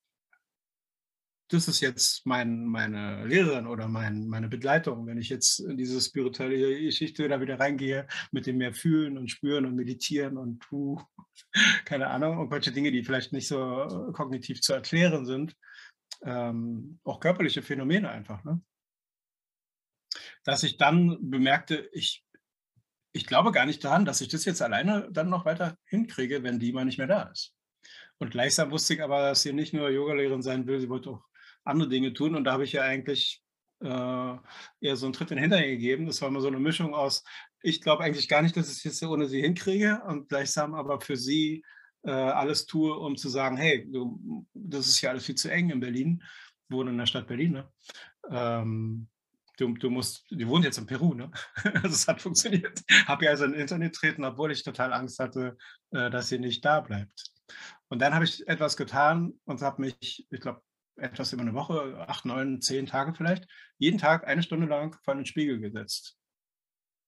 das ist jetzt mein meine Lehrerin oder mein meine Begleitung, wenn ich jetzt in diese spirituelle Geschichte da wieder reingehe mit dem mehr fühlen und spüren und meditieren und puh, keine Ahnung, irgendwelche Dinge, die vielleicht nicht so, äh, kognitiv zu erklären sind, ähm, auch körperliche Phänomene einfach, ne? Dass ich dann bemerkte, ich ich glaube gar nicht daran, dass ich das jetzt alleine dann noch weiter hinkriege, wenn die mal nicht mehr da ist. Und gleichsam wusste ich aber, dass sie nicht nur Yogalehrerin sein will, sie wollte auch andere Dinge tun und da habe ich ihr eigentlich, äh, eher so 'n Tritt in den Hintern gegeben. Das war immer so 'ne Mischung aus: Ich glaube eigentlich gar nicht, dass ich's jetzt ohne sie hinkriege und gleichsam aber für sie, äh, alles tue, um zu sagen: „Hey, du, das ist hier alles viel zu eng in Berlin.“ Wohne in der Stadt Berlin, ne? Ähm, du du musst die wohnt jetzt in Peru, ne? Also, es hat funktioniert. Habe ihr also in den Hintern getreten, obwohl ich total Angst hatte, äh, dass sie nicht da bleibt. Und dann habe ich etwas getan und habe mich, ich glaube, etwas über 'ne Woche, acht, neun, zehn Tage vielleicht, jeden Tag eine Stunde lang vor den Spiegel gesetzt.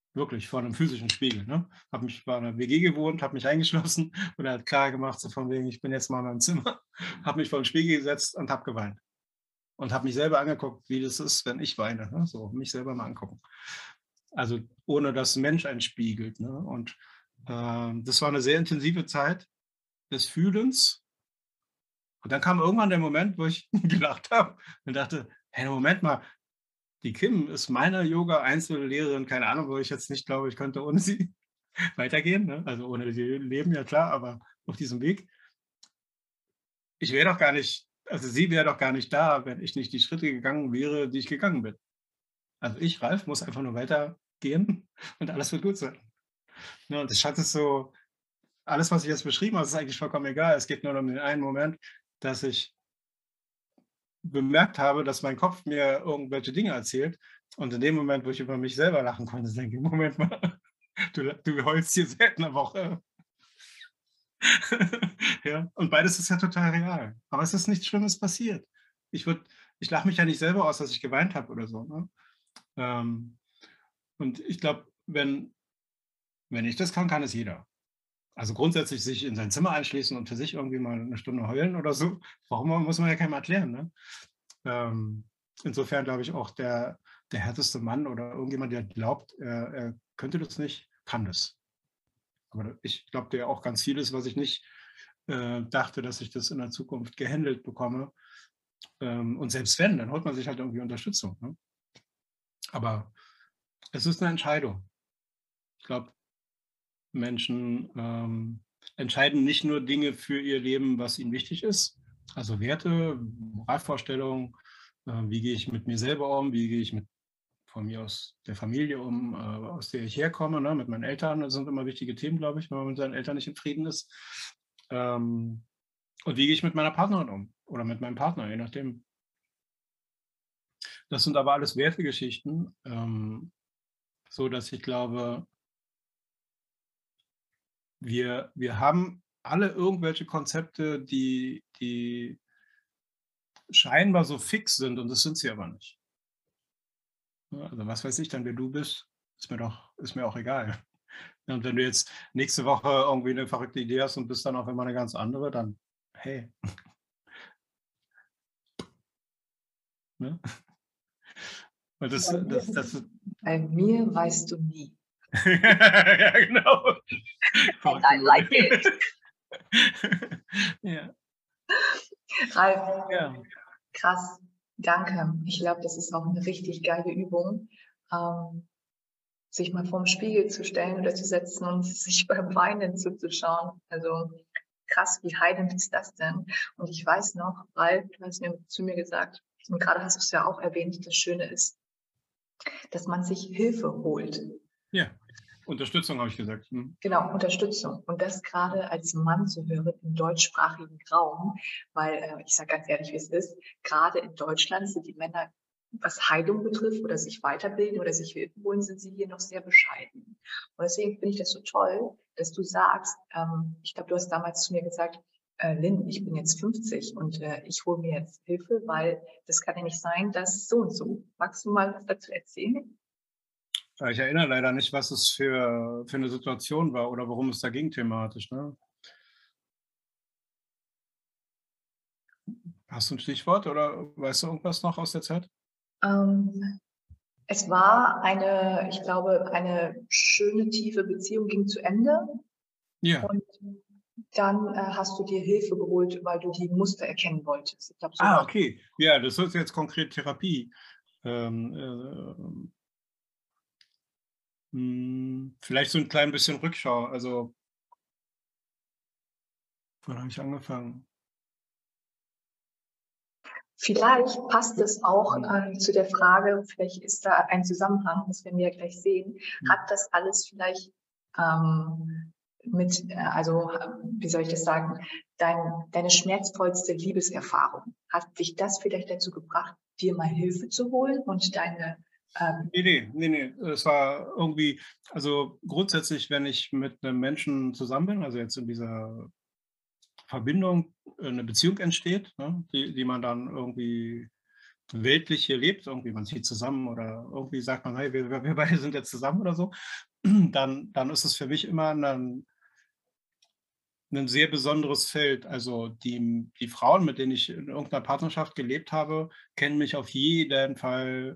Wirklich vor einem physischen Spiegel, ne? Habe mich war in 'ner W G gewohnt, habe mich eingeschlossen und halt klargemacht, so von wegen: „Ich bin jetzt mal in meinem Zimmer.“ Habe mich vor 'n Spiegel gesetzt und habe geweint und habe mich selber angeguckt, wie das ist, wenn ich weine, ne? So mich selber mal angucken. Also, ohne dass 'n Mensch einen spiegelt, ne? Und, ähm, das war 'ne sehr intensive Zeit des Fühlens. Und dann kam irgendwann der Moment, wo ich gelacht habe und dachte: „Hey, Moment mal, die Kim ist meine Yoga-Einzellehrerin.“ Keine Ahnung, wo ich jetzt nicht glaube, ich könnte ohne sie weitergehen, ne? Also, ohne sie leben, ja klar, aber auf diesem Weg. Ich wäre doch gar nicht also, sie wäre doch gar nicht da, wenn ich nicht die Schritte gegangen wäre, die ich gegangen bin. Also, ich, Ralf, muss einfach nur weitergehen und alles wird gut sein. Ne, und ich hatte so alles, was ich jetzt beschrieben habe, ist eigentlich vollkommen egal. Es geht nur um den einen Moment, dass ich bemerkt habe, dass mein Kopf mir irgendwelche Dinge erzählt und in dem Moment, wo ich über mich selber lachen konnte, denke ich: „Moment mal, du la du heulst hier seit 'ner Woche.“ Ja, und beides ist ja total real. Aber es ist nichts Schlimmes passiert. Ich würde ich lache mich ja nicht selber aus, dass ich geweint habe oder so, ne? Ähm, und ich glaube, wenn wenn ich das kann, kann es jeder. Also, grundsätzlich sich in sein Zimmer einschließen und für sich irgendwie mal 'ne Stunde heulen oder so, warum muss man ja keinem erklären, ne? Ähm, insofern glaube ich auch, der der härteste Mann oder irgendjemand, der glaubt, er er könnte das nicht, kann das. Aber ich glaube dir auch ganz vieles, was ich nicht, äh, dachte, dass ich das in der Zukunft gehandelt bekomme. Ähm, und selbst wenn, dann holt man sich halt irgendwie Unterstützung, ne? Aber es ist 'ne Entscheidung. Ich glaube, Menschen, ähm, entscheiden nicht nur Dinge für ihr Leben, was ihnen wichtig ist, also Werte, Moralvorstellungen, äh, wie gehe ich mit mir selber um, wie gehe ich mit von mir aus der Familie um, äh, aus der ich herkomme, ne, mit meinen Eltern. Das sind immer wichtige Themen, glaube ich, wenn man mit seinen Eltern nicht in Frieden ist. Ähm, und wie gehe ich mit meiner Partnerin um oder mit meinem Partner, je nachdem. Das sind aber alles Wertegeschichten, ähm, so dass ich glaube wir wir haben alle irgendwelche Konzepte, die die scheinbar so fix sind und das sind sie aber nicht. Ne, also, was weiß ich dann, wer du bist, ist mir doch ist mir auch egal. Und wenn du jetzt nächste Woche irgendwie 'ne verrückte Idee hast und bist dann auf einmal 'ne ganz andere, dann hey. Ne? Weil das Bei mir das das bei mir weißt du nie. Ja, genau. And Verrückte I like Melodie. it. Ja. Ralf, Ja. krass, danke. Ich glaube, das ist auch 'ne richtig geile Übung, ähm, sich mal vorm Spiegel zu stellen oder zu setzen und sich beim Weinen zuzuschauen. Also, krass, wie heilend ist das denn? Und ich weiß noch, Ralf, du hast mir zu mir gesagt und grade hast du's ja auch erwähnt, das Schöne ist dass man sich Hilfe holt. Ja, Unterstützung habe ich gesagt. Mhm. Genau, Unterstützung. Und das grade als Mann zu hören im deutschsprachigen Raum, weil, äh, ich sage ganz ehrlich, wie es ist, grade in Deutschland sind die Männer, was Heilung betrifft oder sich weiterbilden oder sich Hilfe holen, sind sie hier noch sehr bescheiden. Und deswegen finde ich das so toll, dass du sagst, ähm ich glaube, du hast damals zu mir gesagt: „Äh, Lynn, ich bin jetzt fünfzig und, äh, ich hole mir jetzt Hilfe, weil das kann ja nicht sein, dass so und so.“ Magst du mal was dazu erzählen? Ja, ich erinnere leider nicht, was es für für 'ne Situation war oder worum es da ging thematisch, ne? Hast du 'n Stichwort oder weißt du irgendwas noch aus der Zeit? Ähm, es war eine ich glaube, eine schöne, tiefe Beziehung ging zu Ende Ja. und dann, äh, hast du dir Hilfe geholt, weil du die Muster erkennen wolltest. Ich glaube, so Ah, war's. okay. Ja, das ist jetzt konkret Therapie. Ähm, ähm hm, vielleicht so 'n klein bisschen Rückschau. Also wann habe ich angefangen? Vielleicht passt es auch, Mhm. ähm, zu der Frage vielleicht ist da ein Zusammenhang, das werden wir ja gleich sehen. Mhm. Hat das alles vielleicht, ähm, mit äh, also, wie soll ich das sagen, dein deine schmerzvollste Liebeserfahrung, hat dich das vielleicht dazu gebracht, dir mal Hilfe zu holen und deine, ähm Ne, ne, ne, ne. Es war irgendwie also, grundsätzlich, wenn ich mit 'nem Menschen zusammen bin, also, jetzt in dieser Verbindung, äh, 'ne Beziehung entsteht, ne, die die man dann irgendwie weltlich hier lebt, irgendwie man zieht zusammen oder irgendwie sagt man: „Hey, wir wir wir beide sind jetzt zusammen" oder so, dann dann ist es für mich immer 'nen 'nen sehr besonderes Feld. Also, die die Frauen, mit denen ich in irgend 'ner Partnerschaft gelebt habe, kennen mich auf jeden Fall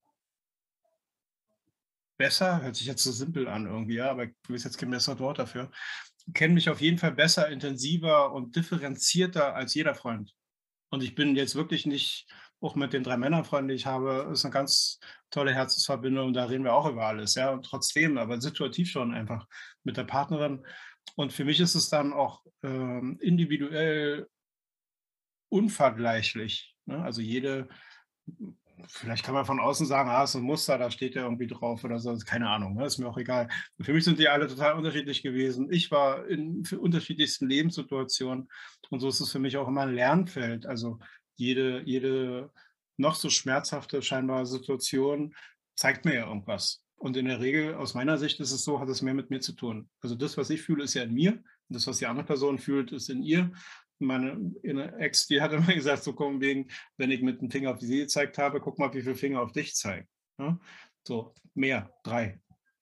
besser, hört sich jetzt so simpel an irgendwie, ja, aber ich wüsste jetzt kein besseres Wort dafür. Kennen mich auf jeden Fall besser, intensiver und differenzierter als jeder Freund. Und ich bin jetzt wirklich nicht auch mit den drei Männerfreunden, die ich habe, ist 'ne ganz tolle Herzensverbindung, da reden wir auch über alles, ja, und trotzdem, aber situativ schon einfach mit der Partnerin. Und für mich ist es dann auch, ähm, individuell unvergleichlich, ne? Also, jede vielleicht kann man von außen sagen: „Ah, ist so 'n Muster, da steht ja irgendwie drauf" oder so, keine Ahnung, ne, ist mir auch egal. Für mich sind die alle total unterschiedlich gewesen. Ich war in für unterschiedlichsten Lebenssituationen und so ist es für mich auch immer 'n Lernfeld. Also, jede jede noch so schmerzhafte scheinbare Situation zeigt mir ja irgendwas. Und in der Regel, aus meiner Sicht ist es so, hat es mehr mit mir zu tun. Also, das, was ich fühle, ist ja in mir und das, was die andere Person fühlt, ist in ihr. Meine eine Ex, die hat immer gesagt, so von wegen, wenn ich mit dem Finger auf sie gezeigt habe: „Guck mal, wie viel Finger auf dich zeigen", ne? So, mehr, drei.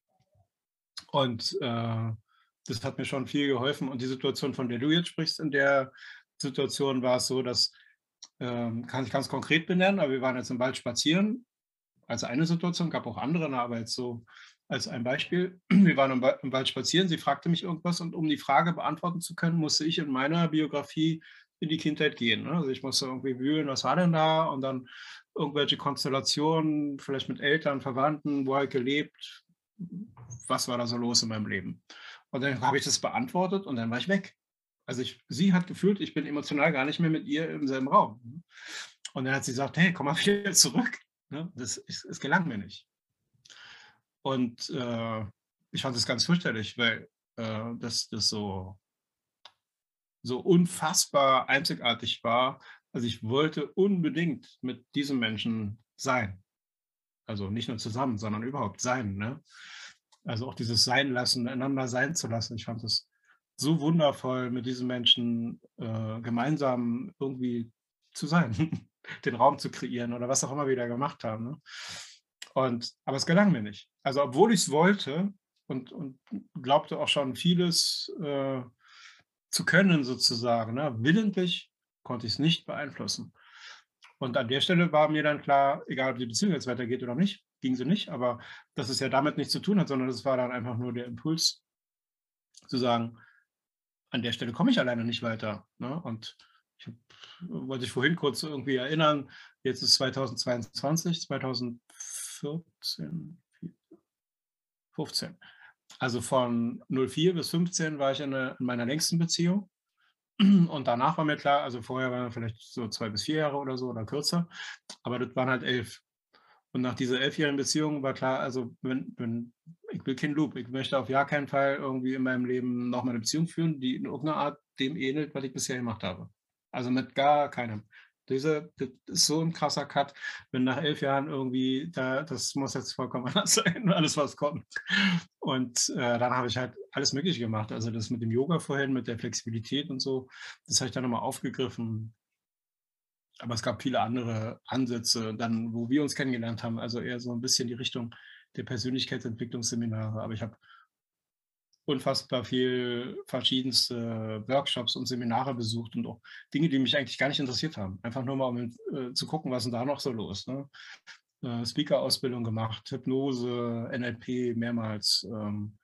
Und, äh, das hat mir schon viel geholfen. Und die Situation, von der du jetzt sprichst, in der Situation war es so, dass ähm, kann ich ganz konkret benennen, aber wir waren jetzt im Wald spazieren, als eine Situation, gab auch andere, ne, aber jetzt so als ein Beispiel. Wir waren im Wa im Wald spazieren, sie fragte mich irgendwas und um die Frage beantworten zu können, musste ich in meiner Biografie in die Kindheit gehen, ne? Also, ich musste irgendwie wühlen, was war denn da? Und dann irgendwelche Konstellationen, vielleicht mit Eltern, Verwandten, wo halt gelebt, was war da so los in meinem Leben? Und dann habe ich das beantwortet und dann war ich weg. Also, ich sie hat gefühlt, ich bin emotional gar nicht mehr mit ihr im selben Raum, ne? Und dann hat sie gesagt: „Hey, komm mal wieder zurück", ne? Das es es gelang mir nicht. Und, äh, ich fand das ganz fürchterlich, weil, äh, das das so so unfassbar einzigartig war. Also, ich wollte unbedingt mit diesem Menschen sein. Also, nicht nur zusammen, sondern überhaupt sein, ne? Also, auch dieses Sein lassen, einander sein zu lassen. Ich fand das so wundervoll, mit diesen Menschen, äh, gemeinsam irgendwie zu sein, den Raum zu kreieren oder was auch immer wir da gemacht haben, ne? Und aber es gelang mir nicht. Also, obwohl ich's wollte und und glaubte auch schon vieles, äh, zu können sozusagen, ne, willentlich konnte ich's nicht beeinflussen. Und an der Stelle war mir dann klar, egal ob die Beziehung jetzt weitergeht oder nicht, ging sie nicht, aber dass es ja damit nichts zu tun hat, sondern das war dann einfach nur der Impuls zu sagen: „An der Stelle komme ich alleine nicht weiter", ne? Und ich habe wollte dich vorhin kurz irgendwie erinnern, jetzt ist zweitausendzweiundzwanzig, zweitausendvierzehn, fünfzehn. Also, von null vier bis fünfzehn war ich in 'ner in meiner längsten Beziehung. Und danach war mir klar, also, vorher waren wir vielleicht so zwei bis vier Jahre oder so oder kürzer, aber das waren halt elf. Und nach dieser elfjährigen Beziehung war klar, also, wenn wenn ich will keinen Loop. Ich möchte auf gar keinen Fall irgendwie in meinem Leben noch mal 'ne Beziehung führen, die in irgend 'ner Art dem ähnelt, was ich bisher gemacht habe. Also, mit gar keinem. Diese das ist so 'n krasser Cut, wenn nach elf Jahren irgendwie da das muss jetzt vollkommen anders sein, alles, was kommt. Und, äh, dann habe ich halt alles Mögliche gemacht. Also, das mit dem Yoga vorhin, mit der Flexibilität und so, das habe ich dann noch mal aufgegriffen. Aber es gab viele andere Ansätze dann, wo wir uns kennengelernt haben, also eher so 'n bisschen die Richtung der Persönlichkeitsentwicklungsseminare. Aber ich habe unfassbar viel verschiedenste Workshops und Seminare besucht und auch Dinge, die mich eigentlich gar nicht interessiert haben. Einfach nur mal, um, äh, zu gucken, was 'n da noch so los, ne? Äh, Speaker-Ausbildung gemacht, Hypnose, N L P mehrmals, ähm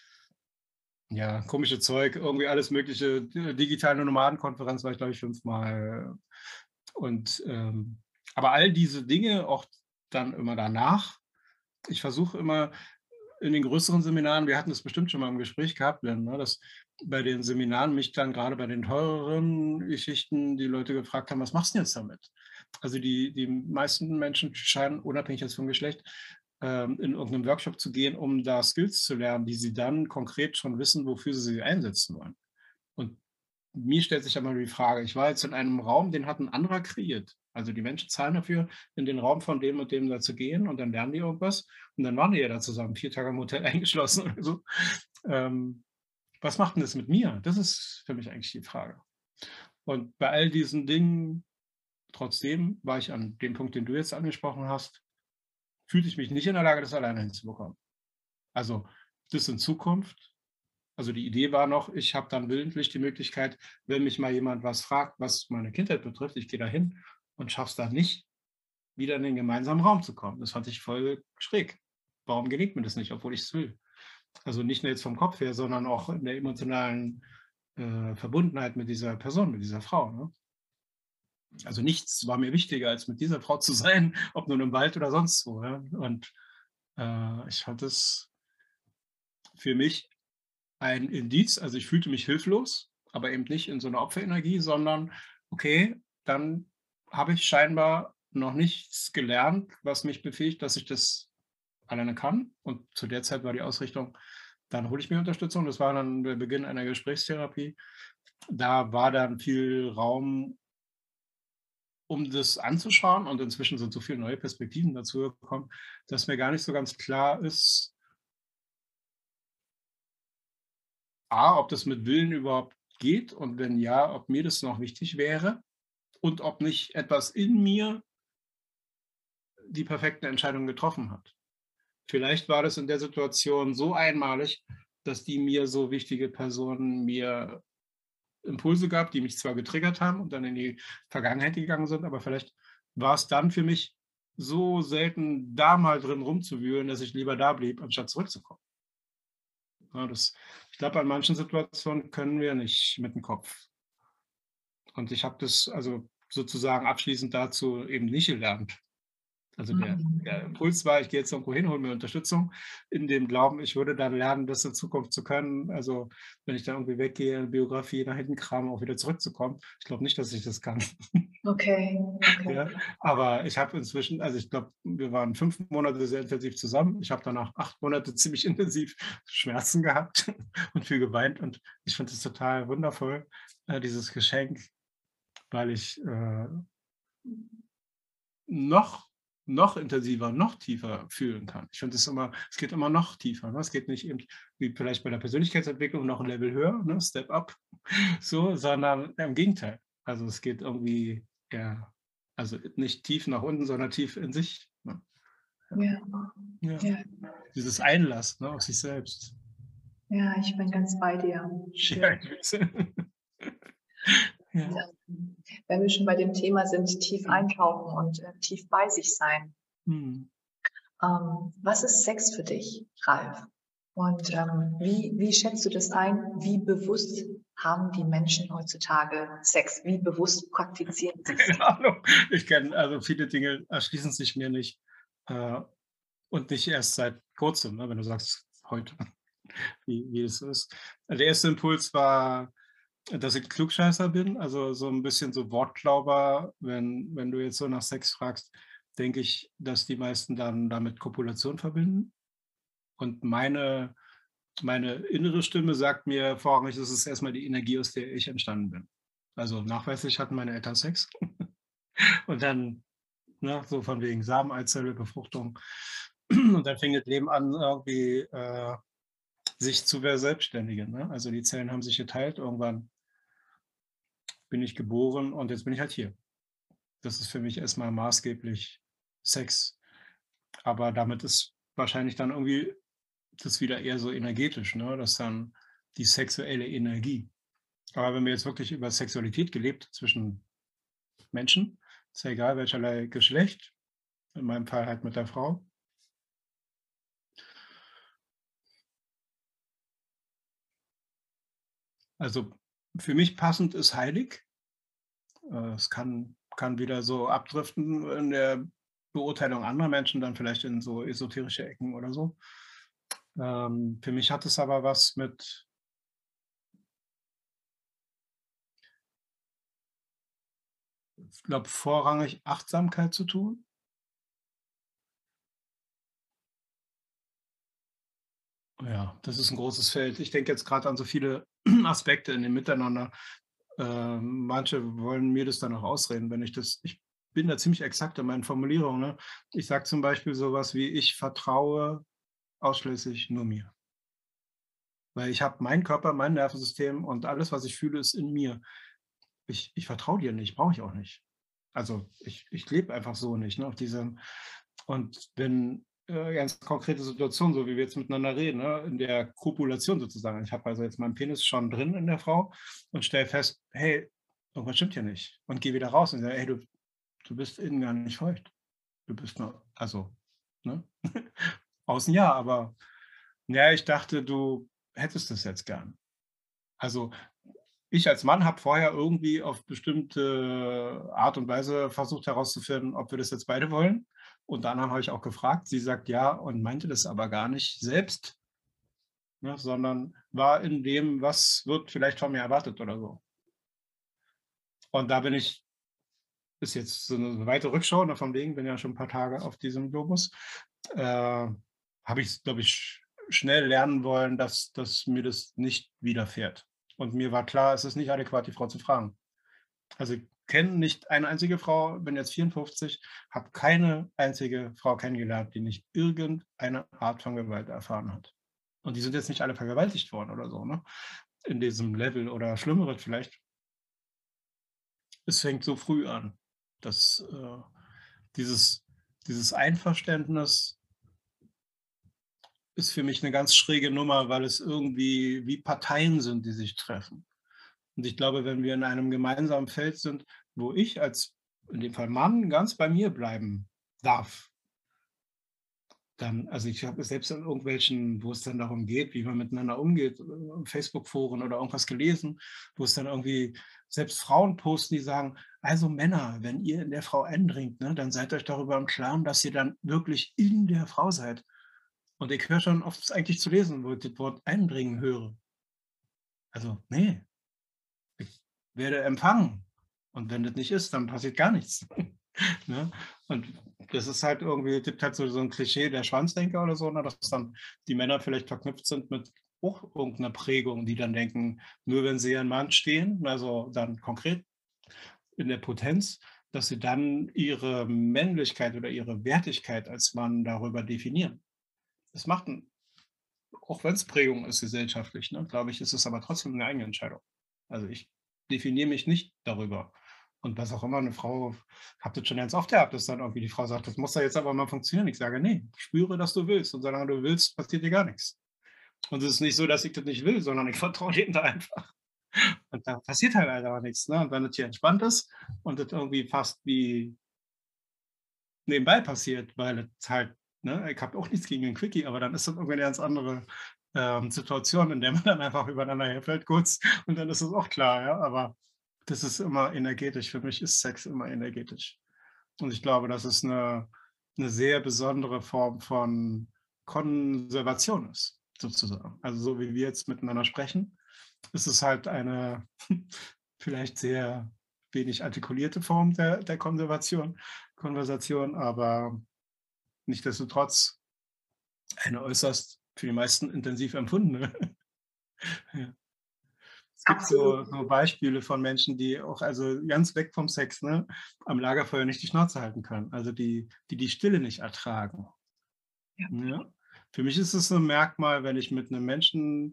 ja, komische Zeug, irgendwie alles Mögliche. D digitale Nomadenkonferenz war ich, glaube ich, fünfmal. Und, ähm aber all diese Dinge auch dann immer danach ich versuche immer in den größeren Seminaren wir hatten das bestimmt schon mal im Gespräch gehabt, ne, dass bei den Seminaren mich dann grade bei den teureren Geschichten die Leute gefragt haben: „Was machst 'n jetzt damit?" Also, die die meisten Menschen scheinen, unabhängig jetzt vom Geschlecht, ähm, in irgend 'nem Workshop zu gehen, um da Skills zu lernen, die sie dann konkret schon wissen, wofür sie sie einsetzen wollen. Und mir stellt sich aber die Frage ich war jetzt in einem Raum, den hat 'n anderer kreiert. Also, die Menschen zahlen dafür, in den Raum von dem und dem da zu gehen und dann lernen die irgendwas und dann waren die ja da zusammen, vier Tage im Hotel eingeschlossen oder so. Ähm, was macht 'n das mit mir? Das ist für mich eigentlich die Frage. Und bei all diesen Dingen trotzdem war ich an dem Punkt, den du jetzt angesprochen hast, fühlte ich mich nicht in der Lage, das alleine hinzubekommen. Also, das in Zukunft, also die Idee war noch, ich habe dann willentlich die Möglichkeit, wenn mich mal jemand was fragt, was meine Kindheit betrifft, ich gehe da hin und schaffe es dann nicht, wieder in den gemeinsamen Raum zu kommen. Das fand ich voll schräg. Warum gelingt mir das nicht, obwohl ich es will? Also nicht nur jetzt vom Kopf her, sondern auch in der emotionalen äh, Verbundenheit mit dieser Person, mit dieser Frau. Ne? Also nichts war mir wichtiger, als mit dieser Frau zu sein, ob nun im Wald oder sonst wo. Ja? Und äh, ich fand es für mich ein Indiz, also ich fühlte mich hilflos, aber eben nicht in so einer Opferenergie, sondern okay, dann habe ich scheinbar noch nichts gelernt, was mich befähigt, dass ich das alleine kann. Und zu der Zeit war die Ausrichtung, dann hole ich mir Unterstützung. Das war dann der Beginn einer Gesprächstherapie. Da war dann viel Raum, um das anzuschauen, und inzwischen sind so viele neue Perspektiven dazu gekommen, dass mir gar nicht so ganz klar ist, A, ob das mit Willen überhaupt geht und wenn ja, ob mir das noch wichtig wäre und ob nicht etwas in mir die perfekte Entscheidung getroffen hat. Vielleicht war das in der Situation so einmalig, dass die mir so wichtige Person mir Impulse gab, die mich zwar getriggert haben und dann in die Vergangenheit gegangen sind, aber vielleicht war es dann für mich so selten, da mal drin rumzuwühlen, dass ich lieber da blieb, anstatt zurückzukommen. Ja, das, ich glaube, an manchen Situationen können wir nicht mit dem Kopf. Und ich habe das also sozusagen abschließend dazu eben nicht gelernt. Also der der Mhm. Impuls war, ich gehe jetzt irgendwo hin, hole mir Unterstützung in dem Glauben, ich würde dann lernen, das in Zukunft zu können. Also, wenn ich da irgendwie weggehe, Biografie nach hinten krame, auch wieder zurückzukommen. Ich glaube nicht, dass ich das kann. Okay, okay. Ja, aber ich habe inzwischen, also ich glaube, wir waren fünf Monate sehr intensiv zusammen. Ich habe danach acht Monate ziemlich intensiv Schmerzen gehabt und viel geweint und ich finde es total wundervoll, äh, dieses Geschenk, weil ich, äh noch noch intensiver, noch tiefer fühlen kann. Ich finde es immer, es geht immer noch tiefer, ne? Es geht nicht eben wie vielleicht bei der Persönlichkeitsentwicklung noch ein Level höher, ne, Step up, so, sondern im Gegenteil. Also, es geht irgendwie, ja, also nicht tief nach unten, sondern tief in sich, ne? Ja. Ja, Ja. ja, Dieses Einlassen, ne, auf sich selbst. ja, ich bin ganz bei dir. Ja, Schön. ich weiß. Ja. Und, ähm, wenn wir schon bei dem Thema sind, tief eintauchen und äh, tief bei sich sein. Mhm. Ähm, was ist Sex für dich, Ralf? Und ähm, wie, wie schätzt du das ein? Wie bewusst haben die Menschen heutzutage Sex? Wie bewusst praktizieren sie Keine Sex? Ahnung. Ich kenne, also viele Dinge erschließen sich mir nicht, äh, und nicht erst seit Kurzem, ne, wenn du sagst heute, wie wie es ist. Der erste Impuls war, dass ich 'n Klugscheißer bin, also so ein bisschen so Wortklauber. Wenn wenn du jetzt so nach Sex fragst, denke ich, dass die meisten dann damit Kopulation verbinden. Und meine meine innere Stimme sagt mir vorrangig, das ist erst mal die Energie, aus der ich entstanden bin. Also, nachweislich hatten meine Eltern Sex und dann, ne, so von wegen Samen, Eizelle, Befruchtung. Und dann fing das Leben an, irgendwie, äh, sich zu verselbstständigen, ne? Also, die Zellen haben sich geteilt, irgendwann bin ich geboren und jetzt bin ich halt hier. Das ist für mich erst mal maßgeblich Sex. Aber damit ist wahrscheinlich dann irgendwie das wieder eher so energetisch, ne, dass dann die sexuelle Energie. Aber wenn wir jetzt wirklich über Sexualität gelebt zwischen Menschen, ist ja egal welcherlei Geschlecht, in meinem Fall halt mit der Frau. Also, für mich passend ist heilig. Äh, es kann kann wieder so abdriften in der Beurteilung anderer Menschen, dann vielleicht in so esoterische Ecken oder so. Ähm, für mich hat es aber was mit, ich glaube, vorrangig Achtsamkeit zu tun. Ja, das ist ein großes Feld. Ich denke jetzt gerade an so viele Aspekte in dem Miteinander. Ähm, manche wollen mir das dann auch ausreden, wenn ich das, ich bin da ziemlich exakt in meinen Formulierungen, ne? Ich sage zum Beispiel so was wie: „Ich vertraue ausschließlich nur mir.“ Weil ich habe meinen Körper, mein Nervensystem und alles, was ich fühle, ist in mir. Ich ich vertraue dir nicht, brauche ich auch nicht. Also, ich ich lebe einfach so nicht, ne, auf diesem und wenn, äh, ganz konkrete Situationen, so wie wir jetzt miteinander reden, ne, in der Kopulation sozusagen. Ich habe also jetzt meinen Penis schon drin in der Frau und stelle fest: „Hey, irgendwas stimmt hier nicht." Und gehe wieder raus und sage: „Ey, du du bist innen gar nicht feucht. Du bist nur" also, ne? Außen ja, aber ja, ich dachte, du hättest das jetzt gern. Also, ich als Mann habe vorher irgendwie auf bestimmte Art und Weise versucht herauszufinden, ob wir das jetzt beide wollen. Unter anderem habe ich auch gefragt. Sie sagt ja und meinte das aber gar nicht selbst, ne, sondern war in dem, was wird vielleicht von mir erwartet oder so. Und da bin ich ist jetzt so 'ne weite Rückschau, ne, von wegen, bin ja schon 'n paar Tage auf diesem Globus, äh, habe ich, glaube ich, sch schnell lernen wollen, dass dass mir das nicht widerfährt. Und mir war klar, es ist nicht adäquat, die Frau zu fragen. Also, ich kenne nicht eine einzige Frau, bin jetzt vierundfünfzig, habe keine einzige Frau kennengelernt, die nicht irgendeine Art von Gewalt erfahren hat. Und die sind jetzt nicht alle vergewaltigt worden oder so, ne, in diesem Level oder Schlimmeres vielleicht. Es fängt so früh an, dass, äh, dieses dieses Einverständnis ist für mich 'ne ganz schräge Nummer, weil es irgendwie wie Parteien sind, die sich treffen. Und ich glaube, wenn wir in einem gemeinsamen Feld sind, wo ich als, in dem Fall Mann, ganz bei mir bleiben darf, dann also, ich habe selbst in irgendwelchen, wo es dann darum geht, wie man miteinander umgeht, äh, Facebook-Foren oder irgendwas gelesen, wo es dann irgendwie selbst Frauen posten, die sagen: „Also Männer, wenn ihr in der Frau eindringt, ne, dann seid euch darüber im Klaren, dass ihr dann wirklich in der Frau seid." Und ich höre schon oft eigentlich zu lesen, wo ich das Wort eindringen höre. Also, ne, ich werde empfangen. Und wenn das nicht ist, dann passiert gar nichts, ne? Und das ist halt irgendwie gibt halt so so 'n Klischee der Schwanzdenker oder so, ne, dass dann die Männer vielleicht verknüpft sind mit auch irgend 'ner Prägung, die dann denken, nur wenn sie ihren Mann stehen, also dann konkret in der Potenz, dass sie dann ihre Männlichkeit oder ihre Wertigkeit als Mann darüber definieren. Das macht 'n Auch wenn's Prägung ist gesellschaftlich, ne, glaube ich, ist es aber trotzdem 'ne eigene Entscheidung. Also, ich definiere mich nicht darüber. Und was auch immer 'ne Frau habe das schon ganz oft gehabt, dass dann irgendwie die Frau sagt: „Das muss doch jetzt aber mal funktionieren." Ich sage: „Ne, spüre, dass du willst und solange du willst, passiert dir gar nix." Und es ist nicht so, dass ich das nicht will, sondern ich vertraue denen da einfach. Und da passiert halt einfach nix, ne? Und wenn das hier entspannt ist und das irgendwie fast wie nebenbei passiert, weil es halt ne, ich habe auch nichts gegen 'n Quickie, aber dann ist das irgendwie 'ne ganz andere, ähm, Situation, in der man dann einfach übereinander herfällt kurz und dann ist es auch klar, ja? Aber das ist immer energetisch. Für mich ist Sex immer energetisch. Und ich glaube, dass es 'ne 'ne sehr besondere Form von Konservation ist, sozusagen. Also, so wie wir jetzt miteinander sprechen, ist es halt eine vielleicht sehr wenig artikulierte Form der der Konservation Konversation, aber nichtsdestotrotz eine äußerst für die meisten intensiv empfundene. Ja. Es gibt Absolut. so so Beispiele von Menschen, die auch also ganz weg vom Sex, ne, am Lagerfeuer nicht die Schnauze halten können, also die die die Stille nicht ertragen. Ja. Ja. Für mich ist es 'n Merkmal, wenn ich mit 'nem Menschen,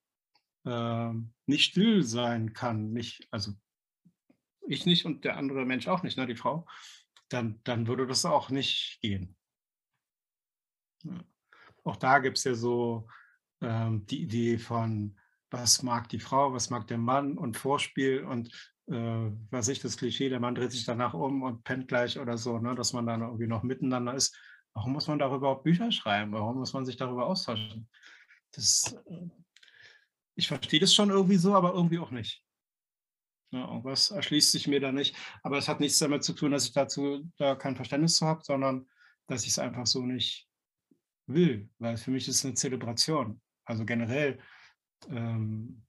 ähm, nicht still sein kann, nicht also ich nicht und der andere Mensch auch nicht, ne, die Frau, dann dann würde das auch nicht gehen. Ja. Auch da gibt's ja so, ähm, die Idee von: Was mag die Frau, was mag der Mann und Vorspiel und, äh, was weiß ich, das Klischee, der Mann dreht sich danach um und pennt gleich oder so, ne, dass man dann irgendwie noch miteinander ist. Warum muss man darüber auch Bücher schreiben? Warum muss man sich darüber austauschen? Das, äh ich verstehe das schon irgendwie so, aber irgendwie auch nicht. Ja, irgendwas erschließt sich mir da nicht. Aber es hat nichts damit zu tun, dass ich dazu da kein Verständnis zu habe, sondern dass ich's einfach so nicht will, weil für mich ist es 'ne Zelebration. Also generell, ähm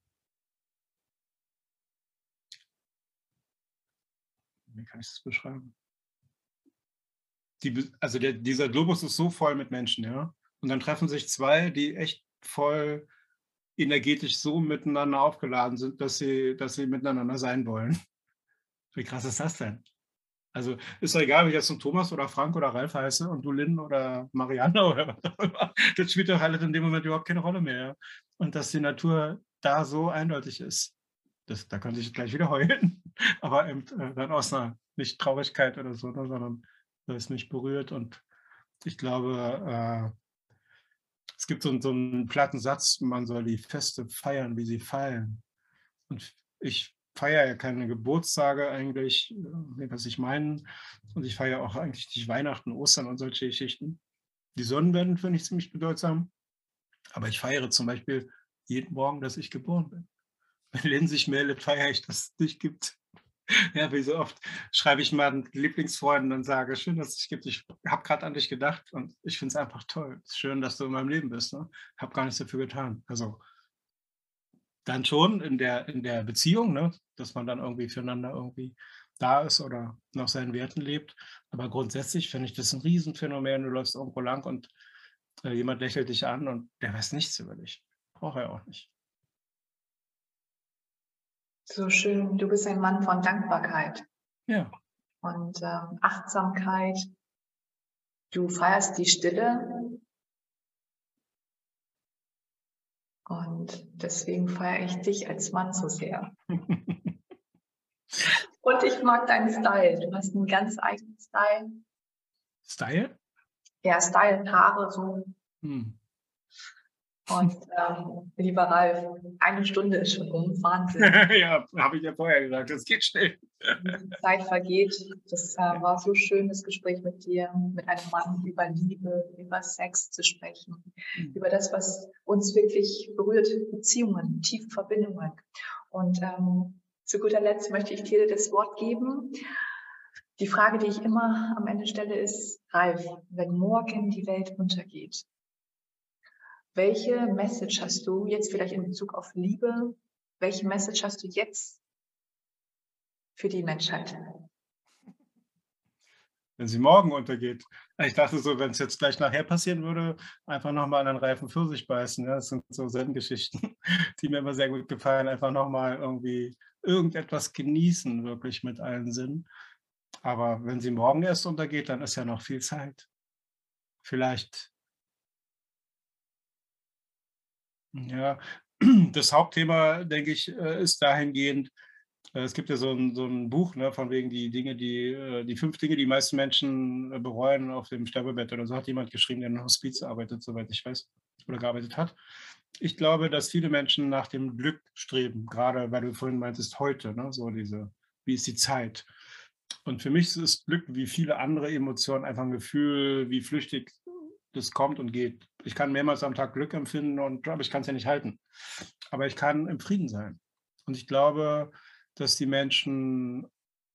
wie kann ich das beschreiben? Die be also der dieser Globus ist so voll mit Menschen, ja? Und dann treffen sich zwei, die echt voll energetisch so miteinander aufgeladen sind, dass sie dass sie miteinander sein wollen. Wie krass ist das denn? Also, ist doch egal, ob ich jetzt nun Thomas oder Frank oder Ralf heiße und du Lynn oder Marianne oder was auch immer. Das spielt doch alles in dem Moment überhaupt keine Rolle mehr, ja? Und dass die Natur da so eindeutig ist, das da könnte ich gleich wieder heulen. aber eben, äh, dann aus einer nicht Traurigkeit oder so, ne, sondern weil es mich berührt. Und ich glaube, äh, es gibt so 'n so 'n platten Satz, man soll die Feste feiern, wie sie fallen. Und ich feiere ja keine Geburtstage eigentlich, äh, ne, was ich meine. Und ich feiere auch eigentlich nicht Weihnachten, Ostern und solche Geschichten. Die Sonnenwenden finde ich ziemlich bedeutsam, aber ich feiere zum Beispiel jeden Morgen, dass ich geboren bin. Wenn Lynn sich meldet, feiere ich, dass es dich gibt. Ja, wie so oft schreibe ich meinen Lieblingsfreunden und sage: „Schön, dass es dich gibt. Ich habe gerade an dich gedacht und ich finde es einfach toll. Es ist schön, dass du in meinem Leben bist, ne? Habe gar nichts dafür getan.“ Also, dann schon in der in der Beziehung, ne, dass man dann irgendwie füreinander irgendwie da ist oder nach seinen Werten lebt. Aber grundsätzlich finde ich das 'n Riesenphänomen. Du läufst irgendwo lang und, äh, jemand lächelt dich an und der weiß nichts über dich. Braucht er auch nicht. So schön. Du bist ein Mann von Dankbarkeit Ja. und, ähm, Achtsamkeit. Du feierst die Stille und deswegen feiere ich dich als Mann so sehr. Und ich mag deinen Style. Du hast 'n ganz eigenen Style. Style? Ja, Style, Haare so. Mhm. Und, ähm, lieber Ralf, eine Stunde ist schon um. Wahnsinn. Ja, habe ich ja vorher gesagt, das geht schnell. Die Zeit vergeht. Das, äh, Ja. war so schön, das Gespräch mit dir, mit einem Mann über Liebe, über Sex zu sprechen, Mhm. über das, was uns wirklich berührt, Beziehungen, tiefe Verbindungen. Und, ähm, zu guter Letzt möchte ich dir das Wort geben. Die Frage, die ich immer am Ende stelle, ist: Ralf, wenn morgen die Welt untergeht, welche Message hast du jetzt vielleicht in Bezug auf Liebe? Welche Message hast du jetzt für die Menschheit? Wenn sie morgen untergeht. Ich dachte so, wenn's jetzt gleich nachher passieren würde, einfach noch mal an 'nen reifen Pfirsich beißen, ja? Das sind so Zen-Geschichten, die mir immer sehr gut gefallen. Einfach noch mal irgendwie irgendetwas genießen, wirklich mit allen Sinnen. Aber wenn sie morgen erst untergeht, dann ist ja noch viel Zeit. Vielleicht ja, das Hauptthema, denke ich, äh, ist dahingehend äh, es gibt ja so 'n so 'n Buch, ne, von wegen die Dinge, die äh, die fünf Dinge, die meisten Menschen, äh, bereuen auf dem Sterbebett oder so, hat jemand geschrieben, der in 'nem Hospiz arbeitet, soweit ich weiß oder gearbeitet hat. Ich glaube, dass viele Menschen nach dem Glück streben, grade weil du vorhin meintest, heute, ne, so diese wie ist die Zeit? Und für mich ist Glück wie viele andere Emotionen einfach 'n Gefühl, wie flüchtig das kommt und geht. Ich kann mehrmals am Tag Glück empfinden und aber ich kann's ja nicht halten. Aber ich kann im Frieden sein. Und ich glaube, dass die Menschen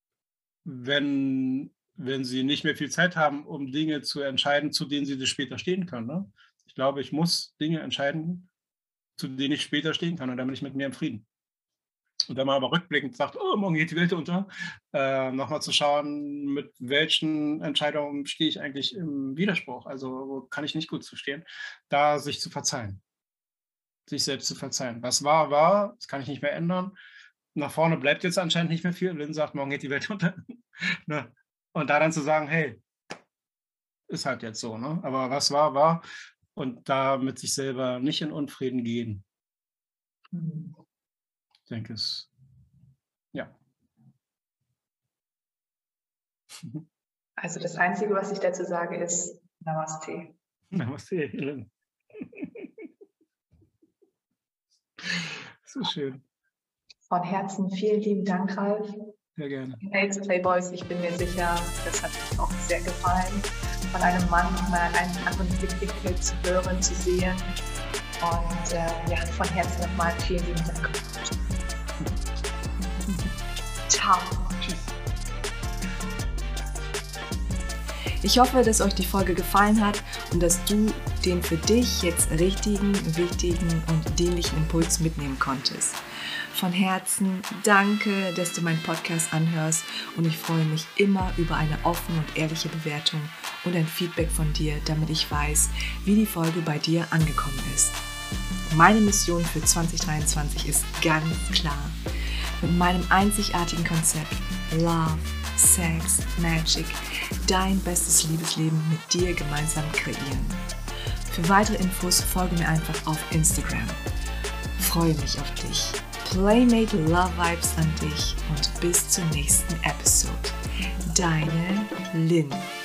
wenn wenn sie nicht mehr viel Zeit haben, um Dinge zu entscheiden, zu denen sie das später stehen können, ne? Ich glaube, ich muss Dinge entscheiden, zu denen ich später stehen kann und dann bin ich mit mir im Frieden. Und wenn man aber rückblickend sagt: „Oh, morgen geht die Welt unter“, äh, noch mal zu schauen, mit welchen Entscheidungen stehe ich eigentlich im Widerspruch? Also, wo kann ich nicht gut zu stehen? Da sich zu verzeihen. Sich selbst zu verzeihen. Was war, war, das kann ich nicht mehr ändern. Nach vorne bleibt jetzt anscheinend nicht mehr viel. Lynn sagt: „Morgen geht die Welt unter“, ne? Und da dann zu sagen: „Hey“ „ist halt jetzt so, ne? Aber was war, war.“ Und da mit sich selber nicht in Unfrieden gehen. Mhm. Ich denke es ja. Also, das Einzige, was ich dazu sage, ist Namaste. Namaste, Lynn. So schön. Von Herzen vielen lieben Dank, Ralf. Sehr gerne. Hey zu Playboys, ich bin mir sicher, das hat euch auch sehr gefallen, von einem Mann mal einen anderen Blickwinkel zu hören, zu sehen. Und, äh, ja, von Herzen nochmal vielen lieben Dank. Ciao. Tschüss. Ich hoffe, dass euch die Folge gefallen hat und dass du den für dich jetzt richtigen, wichtigen und dienlichen Impuls mitnehmen konntest. Von Herzen danke, dass du meinen Podcast anhörst und ich freue mich immer über eine offene und ehrliche Bewertung und ein Feedback von dir, damit ich weiß, wie die Folge bei dir angekommen ist. Meine Mission für zwanzig dreiundzwanzig ist ganz klar. Mit meinem einzigartigen Konzept Love, Sex, Magic dein bestes Liebesleben mit dir gemeinsam kreieren. Für weitere Infos folge mir einfach auf Instagram. Freue mich auf dich. Playmate Love Vibes an dich und bis zur nächsten Episode. Deine Lynn.